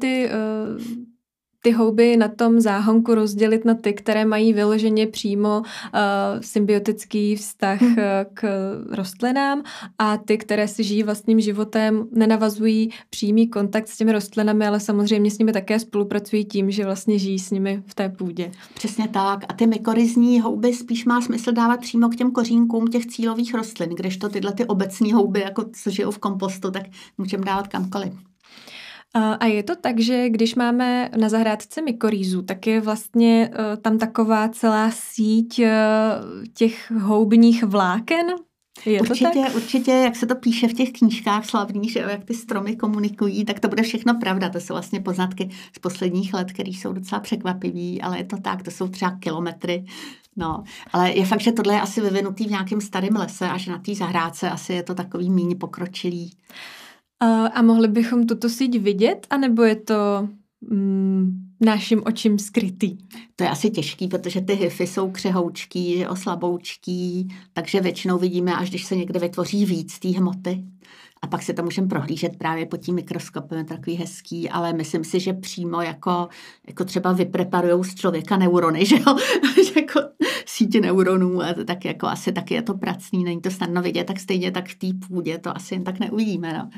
ty houby na tom záhonku rozdělit na ty, které mají vyloženě přímo symbiotický vztah k rostlinám a ty, které si žijí vlastním životem, nenavazují přímý kontakt s těmi rostlinami, ale samozřejmě s nimi také spolupracují tím, že vlastně žijí s nimi v té půdě. Přesně tak. A ty mykorizní houby spíš má smysl dávat přímo k těm kořínkům těch cílových rostlin, kdežto tyhle ty obecní houby, jako co žijou v kompostu, tak můžeme dávat kamkoliv. A je to tak, že když máme na zahrádce mykorýzu, tak je vlastně tam taková celá síť těch houbních vláken? Je určitě, to tak? Určitě, jak se to píše v těch knížkách slavných, že jo, jak ty stromy komunikují, tak to bude všechno pravda. To jsou vlastně poznatky z posledních let, které jsou docela překvapivý, ale je to tak, to jsou třeba kilometry. No, ale je fakt, že tohle je asi vyvinutý v nějakém starém lese a že na té zahrádce asi je to takový míň pokročilý. A mohli bychom tuto síť vidět, anebo je to našim očím skrytý? To je asi těžký, protože ty hyfy jsou křehoučký, že jo, slaboučký, takže většinou vidíme, až když se někde vytvoří víc té hmoty. A pak se to můžeme prohlížet právě pod tím mikroskopem, je takový hezký, ale myslím si, že přímo jako třeba vypreparujou z člověka neurony, že jo, jako sítě neuronů, a tak jako asi taky je to pracný, není to snadno vidět, tak stejně tak v té půdě to asi jen tak neuvidíme, no.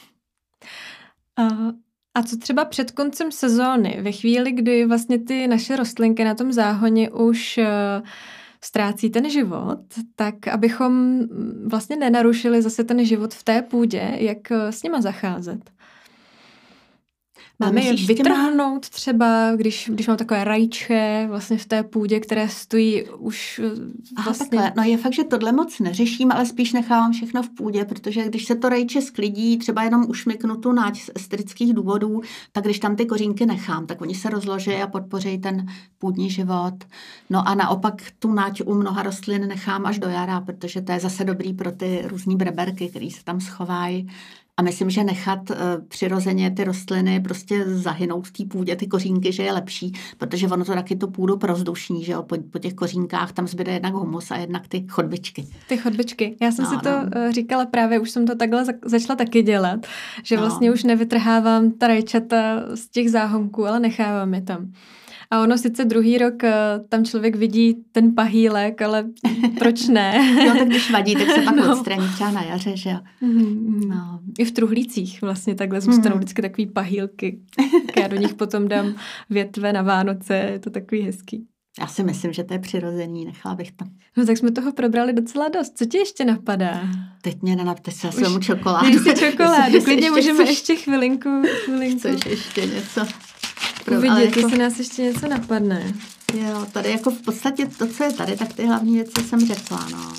A co třeba před koncem sezóny, ve chvíli, kdy vlastně ty naše rostlinky na tom záhoně už ztrácí ten život, tak abychom vlastně nenarušili zase ten život v té půdě, jak s nima zacházet? Máme je vytrhnout třeba, když mám takové rajče vlastně v té půdě, které stojí už vlastně... Takhle. No je fakt, že tohle moc neřeším, ale spíš nechávám všechno v půdě, protože když se to rajče sklidí, třeba jenom ušmyknu tu náť z estetických důvodů, tak když tam ty kořínky nechám, tak oni se rozloží a podpoří ten půdní život. No a naopak tu náť u mnoha rostlin nechám až do jara, protože to je zase dobrý pro ty různý breberky, které se tam schovají. A myslím, že nechat přirozeně ty rostliny prostě zahynout v té půdě, ty kořínky, že je lepší, protože ono to taky tu půdu prozdušní, že jo, po těch kořínkách tam zbyde jednak humus a jednak ty chodbičky. Ty chodbičky. Já jsem si to říkala právě, už jsem to takhle začala taky dělat, že vlastně už nevytrhávám ta rajčata z těch záhonků, ale nechávám je tam. A ono sice druhý rok tam člověk vidí ten pahýlek, ale proč ne? Jo, tak když vadí, tak se pak odstraní třeba na jaře, že jo. No. I v truhlících vlastně takhle zůstanou vždycky takový pahýlky. Já do nich potom dám větve na Vánoce, je to takový hezký. Já si myslím, že to je přirozený, nechala bych to. No tak jsme toho probrali docela dost. Co ti ještě napadá? Teď mě nenapte se svému čokoládu. Už si čokoládu, klidně můžeme ještě chvilinku. Chceš ještě něco? Uvidíte, jestli nás ještě něco napadne. Jo, tady jako v podstatě to, co je tady, tak ty hlavní věci jsem řekla, no.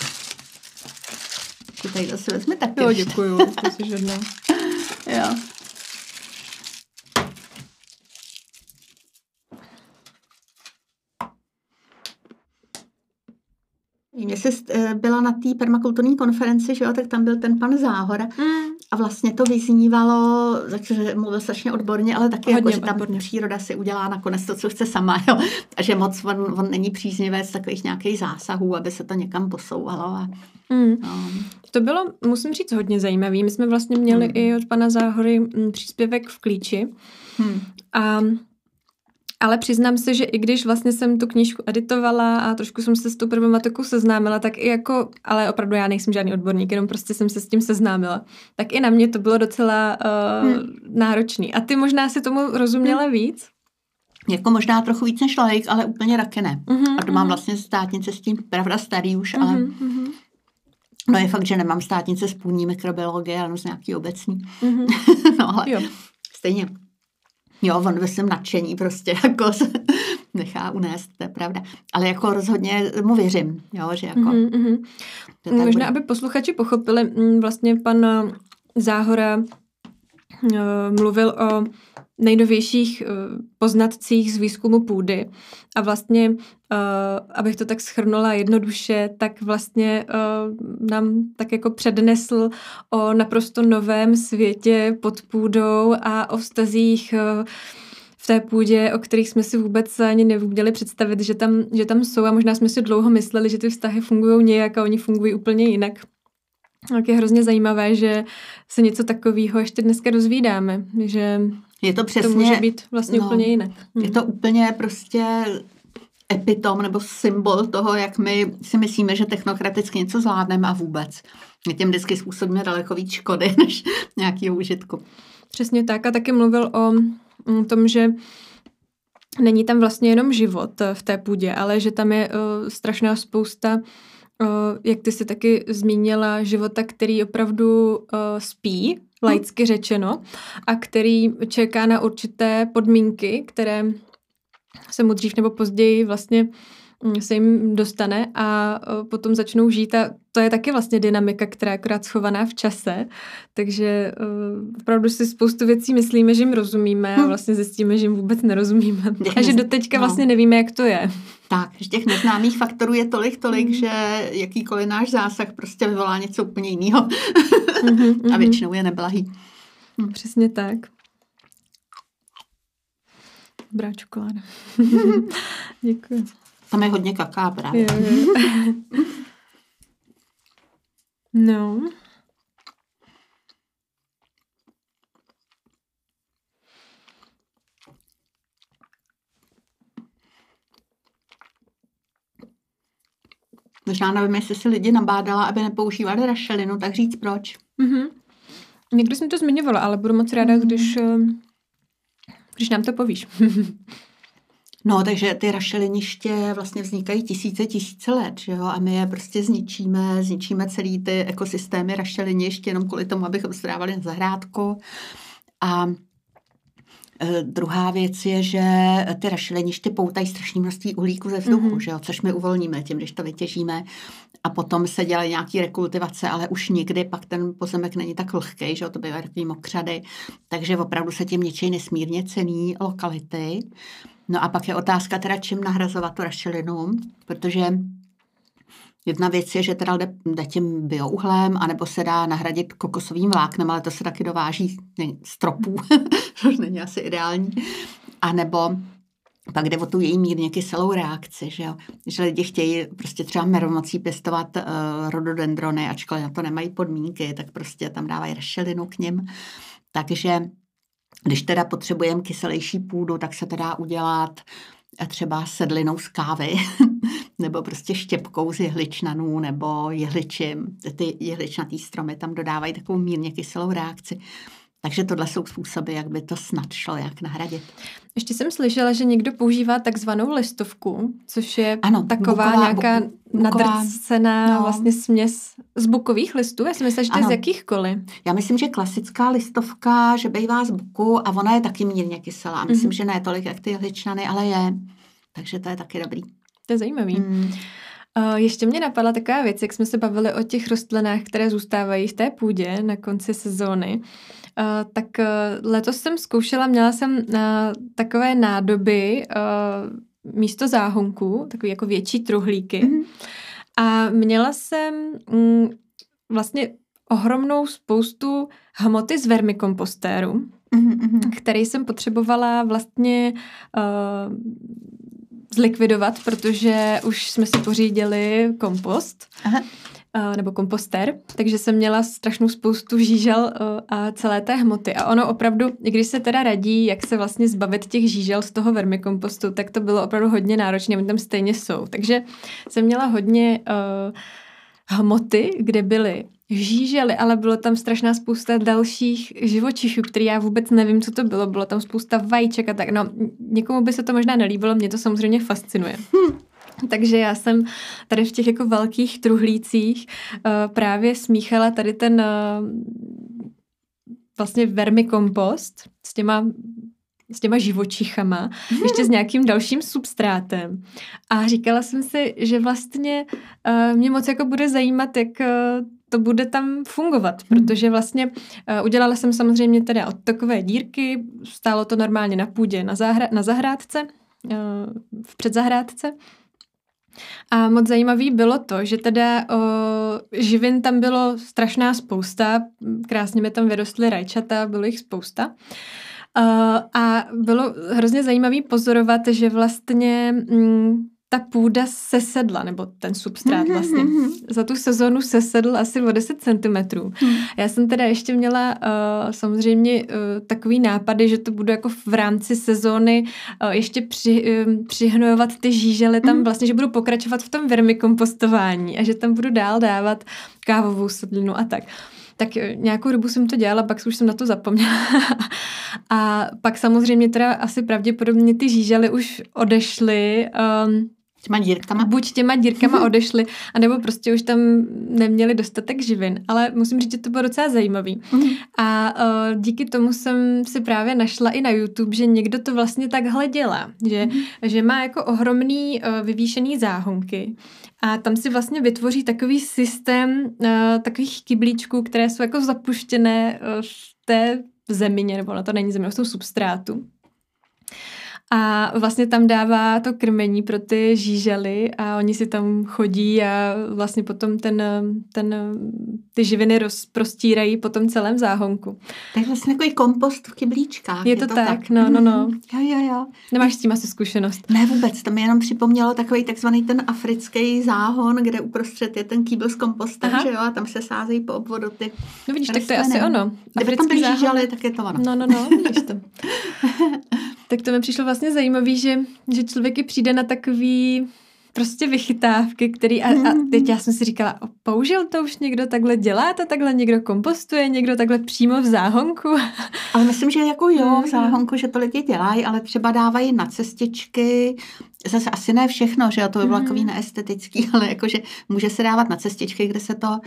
Ty tady zase vezmi taky. Jo, děkuju, to jsi žádná. Jo. Vím, jestli byla na té permakulturní konferenci, že jo, tak tam byl ten pan Záhora a vlastně to vyznívalo, takže mluvil strašně odborně, ale taky jako, že tam příroda si udělá nakonec to, co chce sama, jo, a že moc on není příznivec takových nějakých zásahů, aby se to někam posouvalo. No. To bylo, musím říct, hodně zajímavý. My jsme vlastně měli i od pana Záhory příspěvek v Klíči ale přiznám se, že i když vlastně jsem tu knížku editovala a trošku jsem se s tou problematikou seznámila, tak i jako, ale opravdu já nejsem žádný odborník, jenom prostě jsem se s tím seznámila, tak i na mě to bylo docela náročný. A ty možná si tomu rozuměla víc? Jako možná trochu víc než laik, ale úplně taky ne. A to mám vlastně státnice s tím, pravda starý už, ale... No je fakt, že nemám státnice z půdní mikrobiologie, ale z nějaký obecný. No ale stejně. Jo, on ve svém nadšení prostě jako se nechá unést, to je pravda. Ale jako rozhodně mu věřím, jo, že jako... Možná, aby posluchači pochopili, vlastně pan Záhora mluvil o nejnovějších poznatcích z výzkumu půdy a vlastně, abych to tak shrnula jednoduše, tak vlastně nám tak jako přednesl o naprosto novém světě pod půdou a o vztazích v té půdě, o kterých jsme si vůbec ani neuměli představit, že tam jsou a možná jsme si dlouho mysleli, že ty vztahy fungují nějak a oni fungují úplně jinak. Tak je hrozně zajímavé, že se něco takového ještě dneska dozvídáme, že je to přesně, to může být vlastně úplně jinak. Je to úplně prostě epitom nebo symbol toho, jak my si myslíme, že technokraticky něco zvládneme a vůbec. My tím vždycky způsobíme daleko víc škody, než nějakého užitku. Přesně tak a taky mluvil o tom, že není tam vlastně jenom život v té půdě, ale že tam je strašná spousta, jak ty jsi taky zmínila, života, který opravdu spí, laicky řečeno, a který čeká na určité podmínky, které se mu dřív nebo později vlastně se jim dostane a potom začnou žít a to je taky vlastně dynamika, která je akorát schovaná v čase, takže opravdu si spoustu věcí myslíme, že jim rozumíme a vlastně zjistíme, že jim vůbec nerozumíme a že doteďka vlastně nevíme, jak to je. Tak, že těch neznámých faktorů je tolik, že jakýkoliv náš zásah prostě vyvolá něco úplně jiného a většinou je neblahý. Přesně tak. Dobrá čokoláda. Děkuji. Tam je hodně kaká právě. Jo. No. Možná nevím, jestli si lidi nabádala, aby nepoužívali rašelinu, tak říct proč. Někdy jsem to zmiňovala, ale budu moc ráda, když nám to povíš. No, takže ty rašeliniště vlastně vznikají tisíce let, že jo? A my je prostě zničíme celý ty ekosystémy rašelinišť jenom kvůli tomu, abychom se dávali na zahrádku. A druhá věc je, že ty rašeliniště poutají strašné množství uhlíku ze vzduchu, že jo? Což my uvolníme tím, když to vytěžíme. A potom se dělají nějaké rekultivace, ale už nikdy pak ten pozemek není tak vlhký, že jo? To bývají takový mokřady. Takže opravdu se tím ničí nesmírně cenný lokality. No a pak je otázka teda, čím nahrazovat tu rašelinu, protože jedna věc je, že teda jde tím biouhlem, anebo se dá nahradit kokosovým vláknem, ale to se taky dováží z tropů, což není asi ideální. A nebo pak jde o tu její mírně kyselou reakci, že jo? Že lidi chtějí prostě třeba mermocí pěstovat rododendrony, ačkoliv na to nemají podmínky, tak prostě tam dávají rašelinu k nim. Takže když teda potřebujeme kyselější půdu, tak se to dá udělat třeba sedlinou z kávy, nebo prostě štěpkou z jehličnanů, nebo jehličím. Ty jehličnatý stromy tam dodávají takovou mírně kyselou reakci. Takže tohle jsou způsoby, jak by to snad šlo, jak nahradit. Ještě jsem slyšela, že někdo používá takzvanou listovku, což je taková nějaká nadrcená vlastně směs z bukových listů. Já si myslím, že to je z jakýchkoliv. Já myslím, že klasická listovka, že bývá z buku a ona je taky mírně kyselá. Myslím, že ne tolik, jak ty jehličnany, ale je. Takže to je taky dobrý. To je zajímavý. Ještě mě napadla taková věc, jak jsme se bavili o těch rostlinách, které zůstávají v té půdě na konci sezóny. Tak letos jsem zkoušela, měla jsem takové nádoby místo záhonku, takový jako větší truhlíky. A měla jsem vlastně ohromnou spoustu hmoty z vermikompostéru, který jsem potřebovala vlastně zlikvidovat, protože už jsme si pořídili kompost. Nebo kompostér, takže jsem měla strašnou spoustu žížel a celé té hmoty. A ono opravdu, i když se teda radí, jak se vlastně zbavit těch žížel z toho vermikompostu, tak to bylo opravdu hodně náročné, oni tam stejně jsou. Takže jsem měla hodně hmoty, kde byly žížely, ale bylo tam strašná spousta dalších živočichů, který já vůbec nevím, co to bylo. Bylo tam spousta vajíček a tak. No, někomu by se to možná nelíbilo, mě to samozřejmě fascinuje. Takže já jsem tady v těch jako velkých truhlících právě smíchala tady ten vlastně vermikompost s těma živočichama, ještě s nějakým dalším substrátem. A říkala jsem si, že vlastně mě moc jako bude zajímat, jak to bude tam fungovat, protože vlastně udělala jsem samozřejmě teda odtokové dírky, stálo to normálně na půdě, na zahrádce, v předzahrádce. A moc zajímavý bylo to, že teda živin tam bylo strašná spousta, krásně mi tam vyrostly rajčata, bylo jich spousta. A bylo hrozně zajímavý pozorovat, že vlastně ta půda sesedla, nebo ten substrát vlastně. Za tu sezónu sesedl asi o 10 cm. Já jsem teda ještě měla samozřejmě takový nápady, že to budu jako v rámci sezóny ještě přihnojovat ty žížely tam vlastně, že budu pokračovat v tom vermikompostování a že tam budu dál dávat kávovou sedlinu a tak. Tak nějakou dobu jsem to dělala, pak už jsem na to zapomněla. A pak samozřejmě teda asi pravděpodobně ty žížely už odešly Buď těma dírkama odešli, anebo prostě už tam neměli dostatek živin. Ale musím říct, že to bylo docela zajímavý. A díky tomu jsem si právě našla i na YouTube, že někdo to vlastně takhle dělá. Že má jako ohromný vyvýšený záhonky a tam si vlastně vytvoří takový systém takových kyblíčků, které jsou jako zapuštěné v té zemině, nebo na to není země, v tom substrátu. A vlastně tam dává to krmení pro ty žížely a oni si tam chodí a vlastně potom ty živiny rozprostírají po tom celém záhonku. Tak vlastně takový kompost v kyblíčkách. Je to tak, no. Jo. Nemáš s tím asi zkušenost? Ne vůbec, to mi jenom připomnělo takový takzvaný ten africký záhon, kde uprostřed je ten kýbl s kompostem, že jo, a tam se sázejí po obvodu ty No vidíš, tak to je asi ono. Kdyby tam by žížely, tak je to ono. No, vidíš to. Tak to mi přišlo vlastně zajímavý, že člověk přijde na takový prostě vychytávky, který a teď já jsem si říkala, použil to už někdo takhle, dělá to takhle, někdo kompostuje, někdo takhle přímo v záhonku. Ale myslím, že jako jo, v záhonku, že to lidi dělají, ale třeba dávají na cestičky, zase asi ne všechno, že jo, to by bylo takový neestetický, ale jakože může se dávat na cestičky, kde se to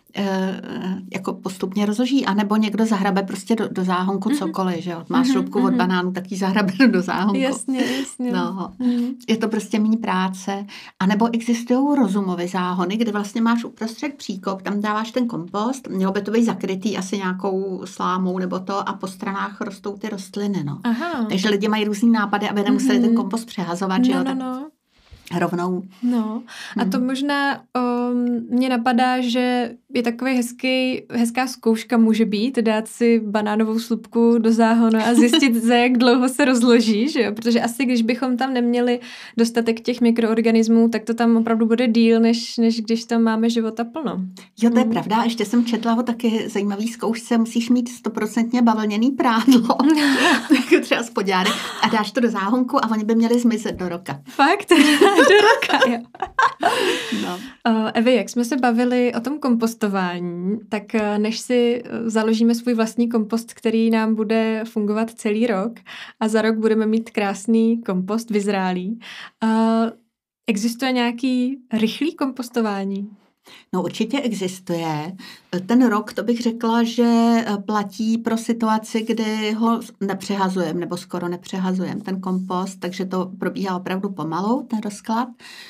jako postupně rozloží, anebo někdo zahrabe prostě do záhonku cokoliv, že jo. Máš šroubku od banánu, tak ji zahrabe do záhonku. Jasně. No, je to prostě méně práce. A nebo existují rozumové záhony, kde vlastně máš uprostřed příkop, tam dáváš ten kompost, mělo by to být zakrytý asi nějakou slámou nebo to a po stranách rostou ty rostliny, no. Aha. Takže lidi mají různý nápady, aby nemuseli ten kompost přehazovat, že jo. No. Rovnou. No a to možná mě napadá, že je takový hezká zkouška může být dát si banánovou slupku do záhonu a zjistit, za jak dlouho se rozloží, že jo? Protože asi když bychom tam neměli dostatek těch mikroorganismů, tak to tam opravdu bude díl, než když tam máme života plno. Jo, to je pravda. Ještě jsem četla o taky zajímavý zkoušce, musíš mít 100% bavlněný prádlo, jako třeba spodňárek, a dáš to do záhonku a oni by měli zmizet do roka. Fakt? Do roka, jo. No. Evi, jak jsme se bavili o tom kompostování, tak než si založíme svůj vlastní kompost, který nám bude fungovat celý rok a za rok budeme mít krásný kompost vyzrálý, existuje nějaký rychlý kompostování? No určitě existuje. Ten rok, to bych řekla, že platí pro situaci, kdy ho nepřehazujeme nebo skoro nepřehazujeme ten kompost, takže to probíhá opravdu pomalu, ten rozklad.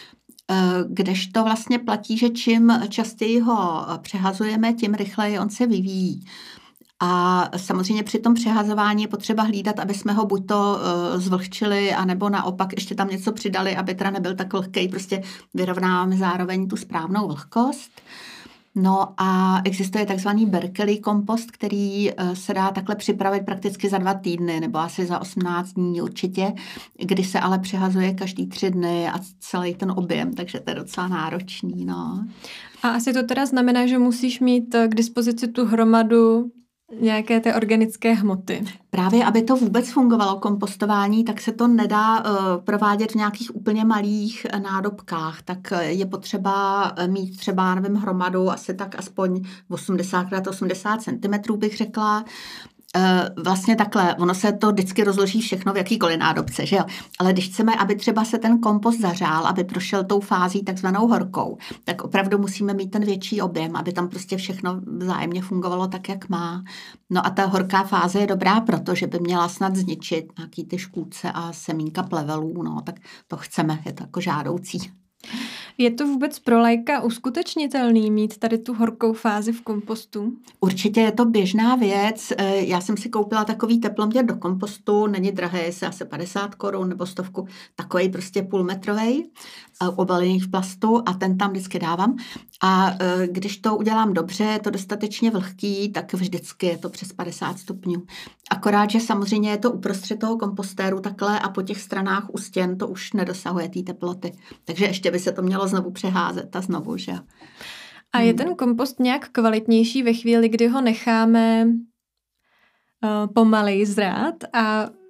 Kdežto vlastně platí, že čím častěji ho přehazujeme, tím rychleji on se vyvíjí. A samozřejmě při tom přehazování je potřeba hlídat, aby jsme ho buď to zvlhčili, anebo naopak ještě tam něco přidali, aby teda nebyl tak vlhký. Prostě vyrovnáváme zároveň tu správnou vlhkost. No a existuje takzvaný Berkeley kompost, který se dá takhle připravit prakticky za 2 týdny, nebo asi za 18 dní určitě, kdy se ale přehazuje každý 3 dny a celý ten objem, takže to je docela náročný. No. A asi to teda znamená, že musíš mít k dispozici tu hromadu nějaké té organické hmoty. Právě, aby to vůbec fungovalo kompostování, tak se to nedá provádět v nějakých úplně malých nádobkách. Tak je potřeba mít třeba, nevím, hromadu asi tak aspoň 80x80 cm, bych řekla. Vlastně takhle, ono se to vždycky rozloží všechno v jakýkoliv nádobce, že jo? Ale když chceme, aby třeba se ten kompost zařál, aby prošel tou fází takzvanou horkou, tak opravdu musíme mít ten větší objem, aby tam prostě všechno vzájemně fungovalo tak, jak má. No a ta horká fáze je dobrá proto, že by měla snad zničit nějaký ty škůdce a semínka plevelů, no tak to chceme, je to jako žádoucí. Je to vůbec pro laika uskutečnitelný mít tady tu horkou fázi v kompostu? Určitě je to běžná věc. Já jsem si koupila takový teploměr do kompostu, není drahé, je asi 50 Kč nebo 100, takový prostě půlmetrovej, obalený v plastu a ten tam vždycky dávám. A když to udělám dobře, je to dostatečně vlhký, tak vždycky je to přes 50 stupňů. Akorát, že samozřejmě je to uprostřed toho kompostéru takhle a po těch stranách u stěn to už nedosahuje té teploty. Takže ještě by se to mělo znovu přeházet a znovu, že? A je ten kompost nějak kvalitnější ve chvíli, kdy ho necháme pomalej zrát a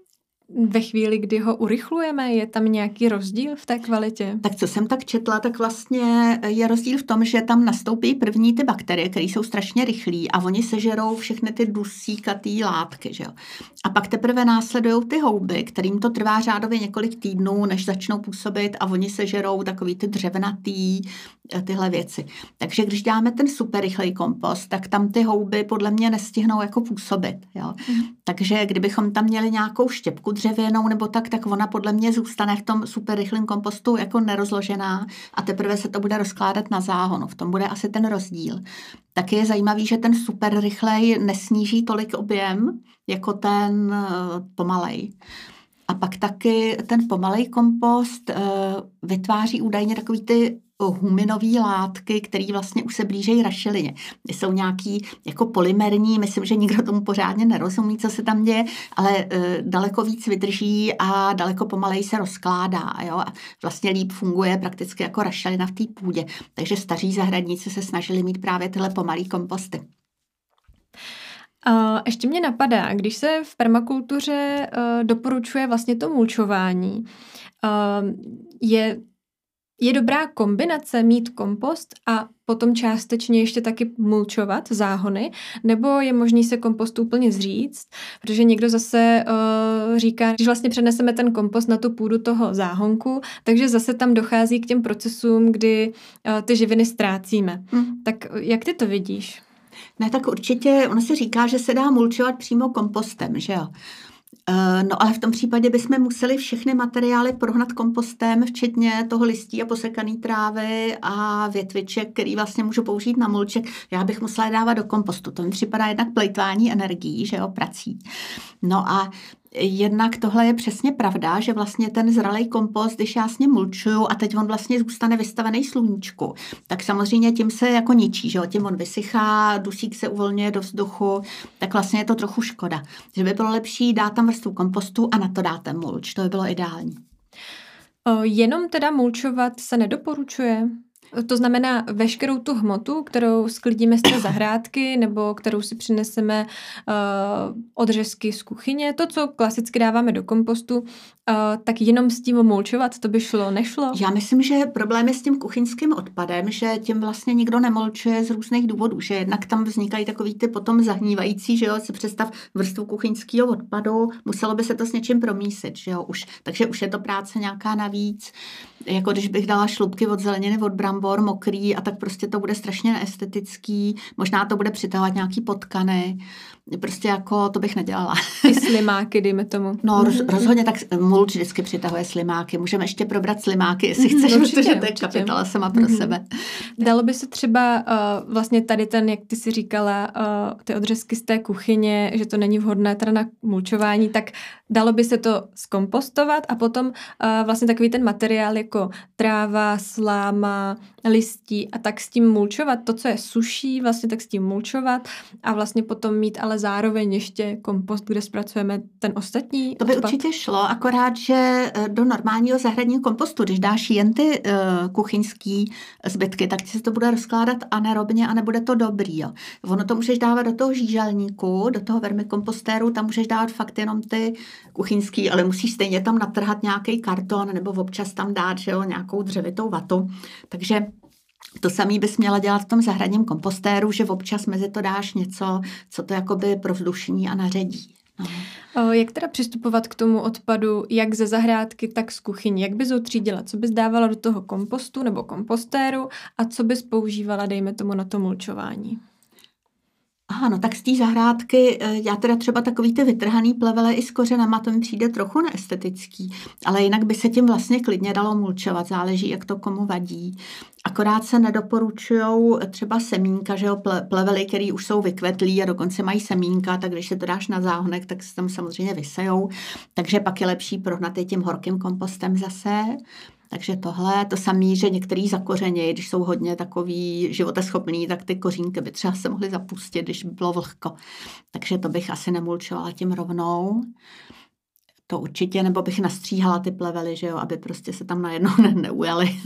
ve chvíli, kdy ho urychlujeme? Je tam nějaký rozdíl v té kvalitě? Tak co jsem tak četla, tak vlastně je rozdíl v tom, že tam nastoupí první ty bakterie, které jsou strašně rychlí a oni sežerou všechny ty dusíkatý látky. Že jo? A pak teprve následují ty houby, kterým to trvá řádově několik týdnů, než začnou působit a oni sežerou takový ty dřevnatý tyhle věci. Takže když dáme ten super rychlej kompost, tak tam ty houby podle mě nestihnou jako působit. Jo? Takže kdybychom tam měli nějakou štěpku dřevěnou nebo tak ona podle mě zůstane v tom super rychlém kompostu jako nerozložená a teprve se to bude rozkládat na záhonu. V tom bude asi ten rozdíl. Taky je zajímavý, že ten super rychlej nesníží tolik objem jako ten pomalej. A pak taky ten pomalej kompost vytváří údajně takový ty huminový látky, které vlastně už se blížejí rašelině. Jsou nějaký jako polymerní, myslím, že nikdo tomu pořádně nerozumí, co se tam děje, ale daleko víc vydrží a daleko pomaleji se rozkládá. Jo? A vlastně líp funguje prakticky jako rašelina v té půdě. Takže staří zahradníci se snažili mít právě tyhle pomalý komposty. Ještě mě napadá, když se v permakultuře doporučuje vlastně to mulčování, je dobrá kombinace mít kompost a potom částečně ještě taky mulčovat záhony, nebo je možný se kompostu úplně zříct, protože někdo zase říká, že vlastně přeneseme ten kompost na tu půdu toho záhonku, takže zase tam dochází k těm procesům, kdy ty živiny ztrácíme. Tak jak ty to vidíš? Ne, tak určitě, ono se říká, že se dá mulčovat přímo kompostem, že jo? No ale v tom případě bychom museli všechny materiály prohnat kompostem, včetně toho listí a posekaný trávy a větviček, který vlastně můžu použít na mulček. Já bych musela je dávat do kompostu. To mi připadá jednak plejtvání energií, že jo, prací. No a jednak tohle je přesně pravda, že vlastně ten zralej kompost, když já s ním mulčuju a teď on vlastně zůstane vystavený sluníčku, tak samozřejmě tím se jako ničí, že jo? Tím on vysychá, dusík se uvolňuje do vzduchu, tak vlastně je to trochu škoda. Že by bylo lepší dát tam vrstvu kompostu a na to dát ten mulč, to by bylo ideální. Jenom teda mulčovat se nedoporučuje? To znamená veškerou tu hmotu, kterou sklidíme z té zahrádky nebo kterou si přineseme odřezky z kuchyně, to, co klasicky dáváme do kompostu, tak jenom s tím mulčovat, to by šlo, nešlo? Já myslím, že problém je s tím kuchyňským odpadem, že tím vlastně nikdo nemulčuje z různých důvodů, že jednak tam vznikají takový ty potom zahnívající, že jo, si představ vrstvu kuchyňského odpadu, muselo by se to s něčím promísit, že jo, takže už je to práce nějaká navíc, jako když bych dala šlupky od zeleniny, od brambor, mokrý a tak prostě to bude strašně neestetický, možná to bude přitahovat nějaký potkany, prostě jako to bych nedělala. I slimáky, dejme tomu. No rozhodně tak mulč vždycky přitahuje slimáky. Můžeme ještě probrat slimáky, jestli chceš, určitě, protože to je kapitola sama pro sebe. Dalo by se třeba vlastně tady ten, jak ty si říkala, ty odřezky z té kuchyně, že to není vhodné teda na mulčování, tak dalo by se to zkompostovat a potom vlastně takový ten materiál jako tráva, sláma, listí a tak s tím mulčovat. To, co je suší, vlastně tak s tím mulčovat a vlastně potom mít ale zároveň ještě kompost, kde zpracujeme ten ostatní To by odpad. určitě šlo, akorát, že do normálního zahradního kompostu, když dáš jen ty kuchyňský zbytky, tak se to bude rozkládat anaerobně a nebude to dobrý. Jo. Ono to můžeš dávat do toho žíželníku, do toho vermikompostéru, tam můžeš dávat fakt jenom ty kuchyňský, ale musíš stejně tam natrhat nějaký karton nebo občas tam dát, že jo, nějakou dřevitou vatu. Takže to samý bys měla dělat v tom zahradním kompostéru, že občas mezi to dáš něco, co to jakoby provzdušní a naředí. No. Jak teda přistupovat k tomu odpadu, jak ze zahrádky, tak z kuchyně? Jak bys ho třídila? Co bys dávala do toho kompostu nebo kompostéru a co bys používala, dejme tomu, na to mulčování? Aha, no tak z té zahrádky, já teda třeba takový ty vytrhaný plevele i s kořenama, to mi přijde trochu neestetický, ale jinak by se tím vlastně klidně dalo mulčovat, záleží, jak to komu vadí. Akorát se nedoporučujou třeba semínka, že jo, plevely, které už jsou vykvetlí a dokonce mají semínka, tak když se to dáš na záhonek, tak se tam samozřejmě vysejou, takže pak je lepší prohnat je tím horkým kompostem zase. Takže tohle, to samé, že některý zakořenějí, když jsou hodně takový životaschopný, tak ty kořínky by třeba se mohly zapustit, když by bylo vlhko. Takže to bych asi nemulčovala tím rovnou. To určitě, nebo bych nastříhala ty plevely, že jo, aby prostě se tam najednou neujaly.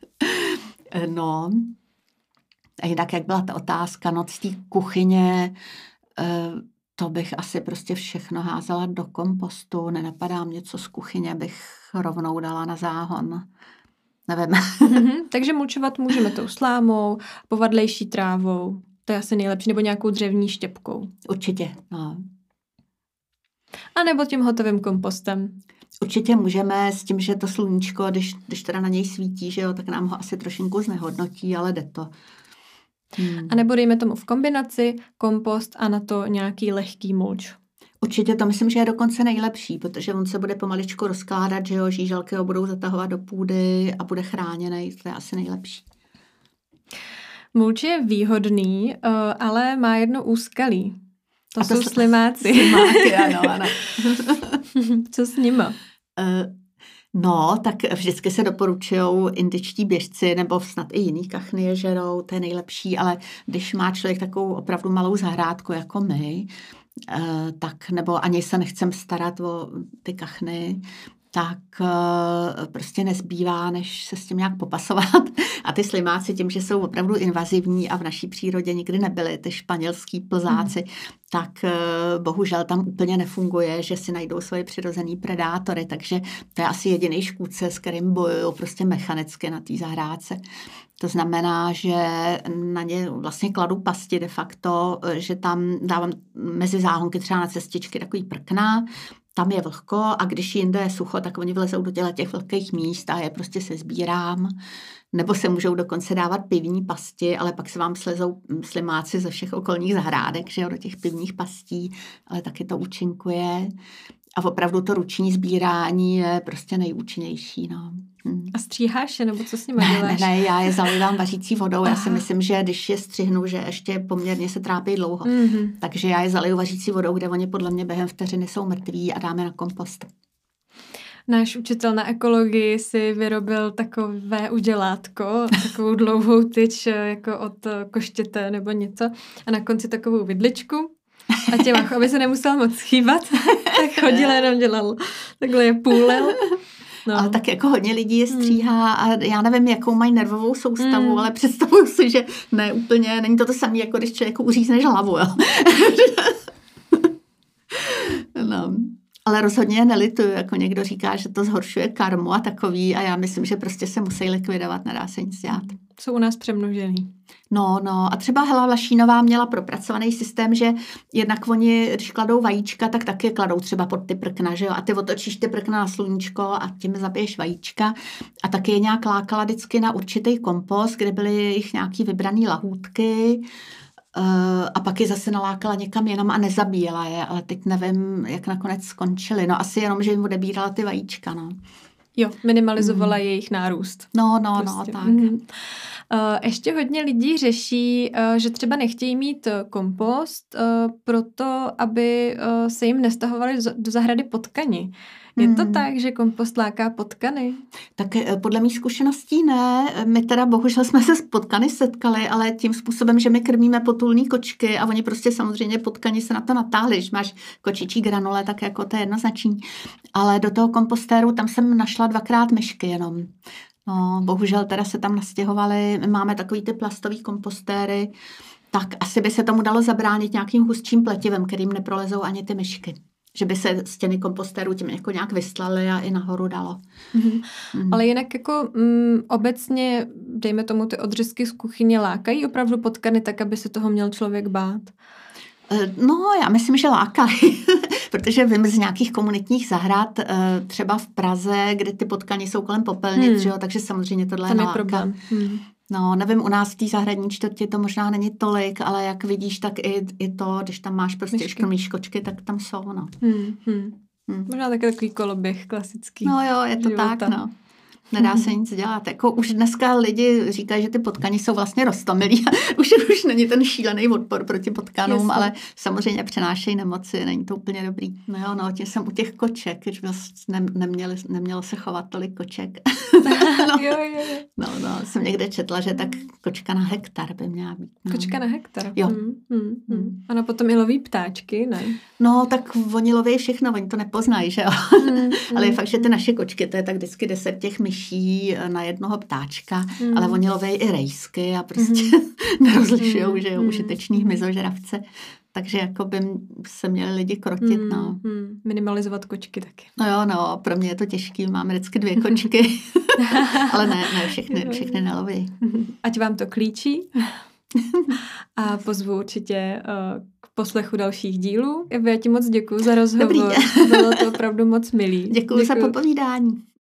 No. A jinak, jak byla ta otázka, no z té kuchyně, To bych asi prostě všechno házela do kompostu, nenapadá mě, co z kuchyně bych rovnou dala na záhon. Nevím. Takže mulčovat můžeme tou slámou, povadlejší trávou, to je asi nejlepší, nebo nějakou dřevní štěpkou. Určitě, no. A nebo tím hotovým kompostem. Určitě můžeme s tím, že to sluníčko, když teda na něj svítí, že jo, tak nám ho asi trošinku znehodnotí, ale jde to. A nebo dejme tomu v kombinaci kompost a na to nějaký lehký mulč. Určitě to myslím, že je dokonce nejlepší, protože on se bude pomaličku rozkládat, že jo, žížalky ho budou zatahovat do půdy a bude chráněný, to je asi nejlepší. Mulč je výhodný, ale má jedno úskalí. To jsou slimáci. Slimáky, ano. Co s nima? No, tak vždycky se doporučujou indičtí běžci, nebo snad i jiný kachny je žerou, to je nejlepší, ale když má člověk takovou opravdu malou zahrádku jako my, tak nebo ani se nechcem starat o ty kachny, tak prostě nezbývá, než se s tím nějak popasovat. A ty slimáci tím, že jsou opravdu invazivní a v naší přírodě nikdy nebyly, ty španělský plzáci, tak bohužel tam úplně nefunguje, že si najdou svoje přirozený predátory, takže to je asi jediný škůdce, s kterým bojují prostě mechanicky na té zahrádce. To znamená, že na ně vlastně kladu pasti de facto, že tam dávám mezi záhonky třeba na cestičky takový prkna, tam je vlhko a když jinde je sucho, tak oni vlezou do těch vlhkých míst a je prostě se sbírám. Nebo se můžou dokonce dávat pivní pasti, ale pak se vám slezou slimáci ze všech okolních zahrádek, že jo, do těch pivních pastí, ale taky to účinkuje. A opravdu to ruční sbírání je prostě nejúčinnější, no. A stříháš je, nebo co s nimi děláš? Ne, já je zalívám vařící vodou. Já si myslím, že když je střihnu, že ještě poměrně se trápí dlouho. Takže já je zaliju vařící vodou, kde oni podle mě během vteřiny jsou mrtví a dáme na kompost. Náš učitel na ekologii si vyrobil takové udělátko, takovou dlouhou tyč jako od koštěte nebo něco a na konci takovou vidličku a těma, aby se nemusel moc chýbat, tak chodil jenom dělal. Takhle je půlel. No. Ale tak jako hodně lidí je stříhá a já nevím, jakou mají nervovou soustavu, ale představuju si, že ne úplně, není to samé, jako když člověku uřízneš hlavu, jo. No. Ale rozhodně je nelituju, jako někdo říká, že to zhoršuje karmu a takový a já myslím, že prostě se musí likvidovat, nedá se nic dělat. Jsou u nás přemnožený. No a třeba Hela Vlašínová měla propracovaný systém, že jednak oni, když kladou vajíčka, tak taky kladou třeba pod ty prkna, že jo, a ty otočíš ty prkna na sluníčko a tím zabiješ vajíčka a taky je nějak lákala vždycky na určitý kompost, kde byly jich nějaký vybraný lahůdky a pak je zase nalákala někam jinam a nezabíjela je, ale teď nevím, jak nakonec skončili. No asi jenom, že jim odebírala ty vajíčka, no. Jo, minimalizovala jejich nárůst. No, tak. Ještě hodně lidí řeší, že třeba nechtějí mít kompost proto, aby se jim nestahovali do zahrady potkani. Je to tak, že kompost láká potkany? Tak podle mých zkušeností ne. My teda bohužel jsme se s potkany setkali, ale tím způsobem, že my krmíme potulní kočky a oni prostě samozřejmě potkani se na to natáhli. Když máš kočičí granule, tak jako to je jednoznačný. Ale do toho kompostéru tam jsem našla 2krát myšky jenom. No, bohužel teda se tam nastěhovali, my máme takový ty plastový kompostéry, tak asi by se tomu dalo zabránit nějakým hustším pletivem, kterým neprolezou ani ty myšky. Že by se stěny kompostéru tím jako nějak vystlaly a i nahoru dalo. Ale jinak jako obecně, dejme tomu, ty odřezky z kuchyně lákají opravdu potkany tak, aby se toho měl člověk bát? No, já myslím, že lákají, protože vím z nějakých komunitních zahrad, třeba v Praze, kde ty potkany jsou kolem popelnic, jo, takže samozřejmě tohle tam je problém. No, nevím, u nás v té zahradní čtvrti to možná není tolik, ale jak vidíš, tak i to, když tam máš prostě škrmíš kočky, tak tam jsou, no. Možná taky takový koloběh klasický. No jo, je to života. Tak, no. Nedá se nic dělat. Jako už dneska lidi říkají, že ty potkani jsou vlastně roztomilí. už není ten šílený odpor proti potkanům, ale samozřejmě přenášejí nemoci, není to úplně dobrý. No, tím jsem u těch koček, když vlastně nemělo se chovat tolik koček. Jo. No, jsem někde četla, že tak kočka na hektar by měla být. No. Kočka na hektar? Jo. Ano, potom i loví ptáčky, ne? No, tak oni loví všechno, oni to nepoznají, že jo? Ale je fakt, že ty naše kočky, to je tak vždycky 10 těch myší na jednoho ptáčka, ale oni loví i rejsky a prostě nerozlišujou, že jo, užitečný hmyzožravce. takže jako by se měli lidi krotit, no. Minimalizovat kočky taky. No, pro mě je to těžký, mám vždycky 2 kočky, ale ne, všechny neloví. Ať vám to klíčí. A pozvu určitě k poslechu dalších dílů. Já ti moc děkuju za rozhovor. Dobrý. Bylo to opravdu moc milý. Děkuju za popovídání.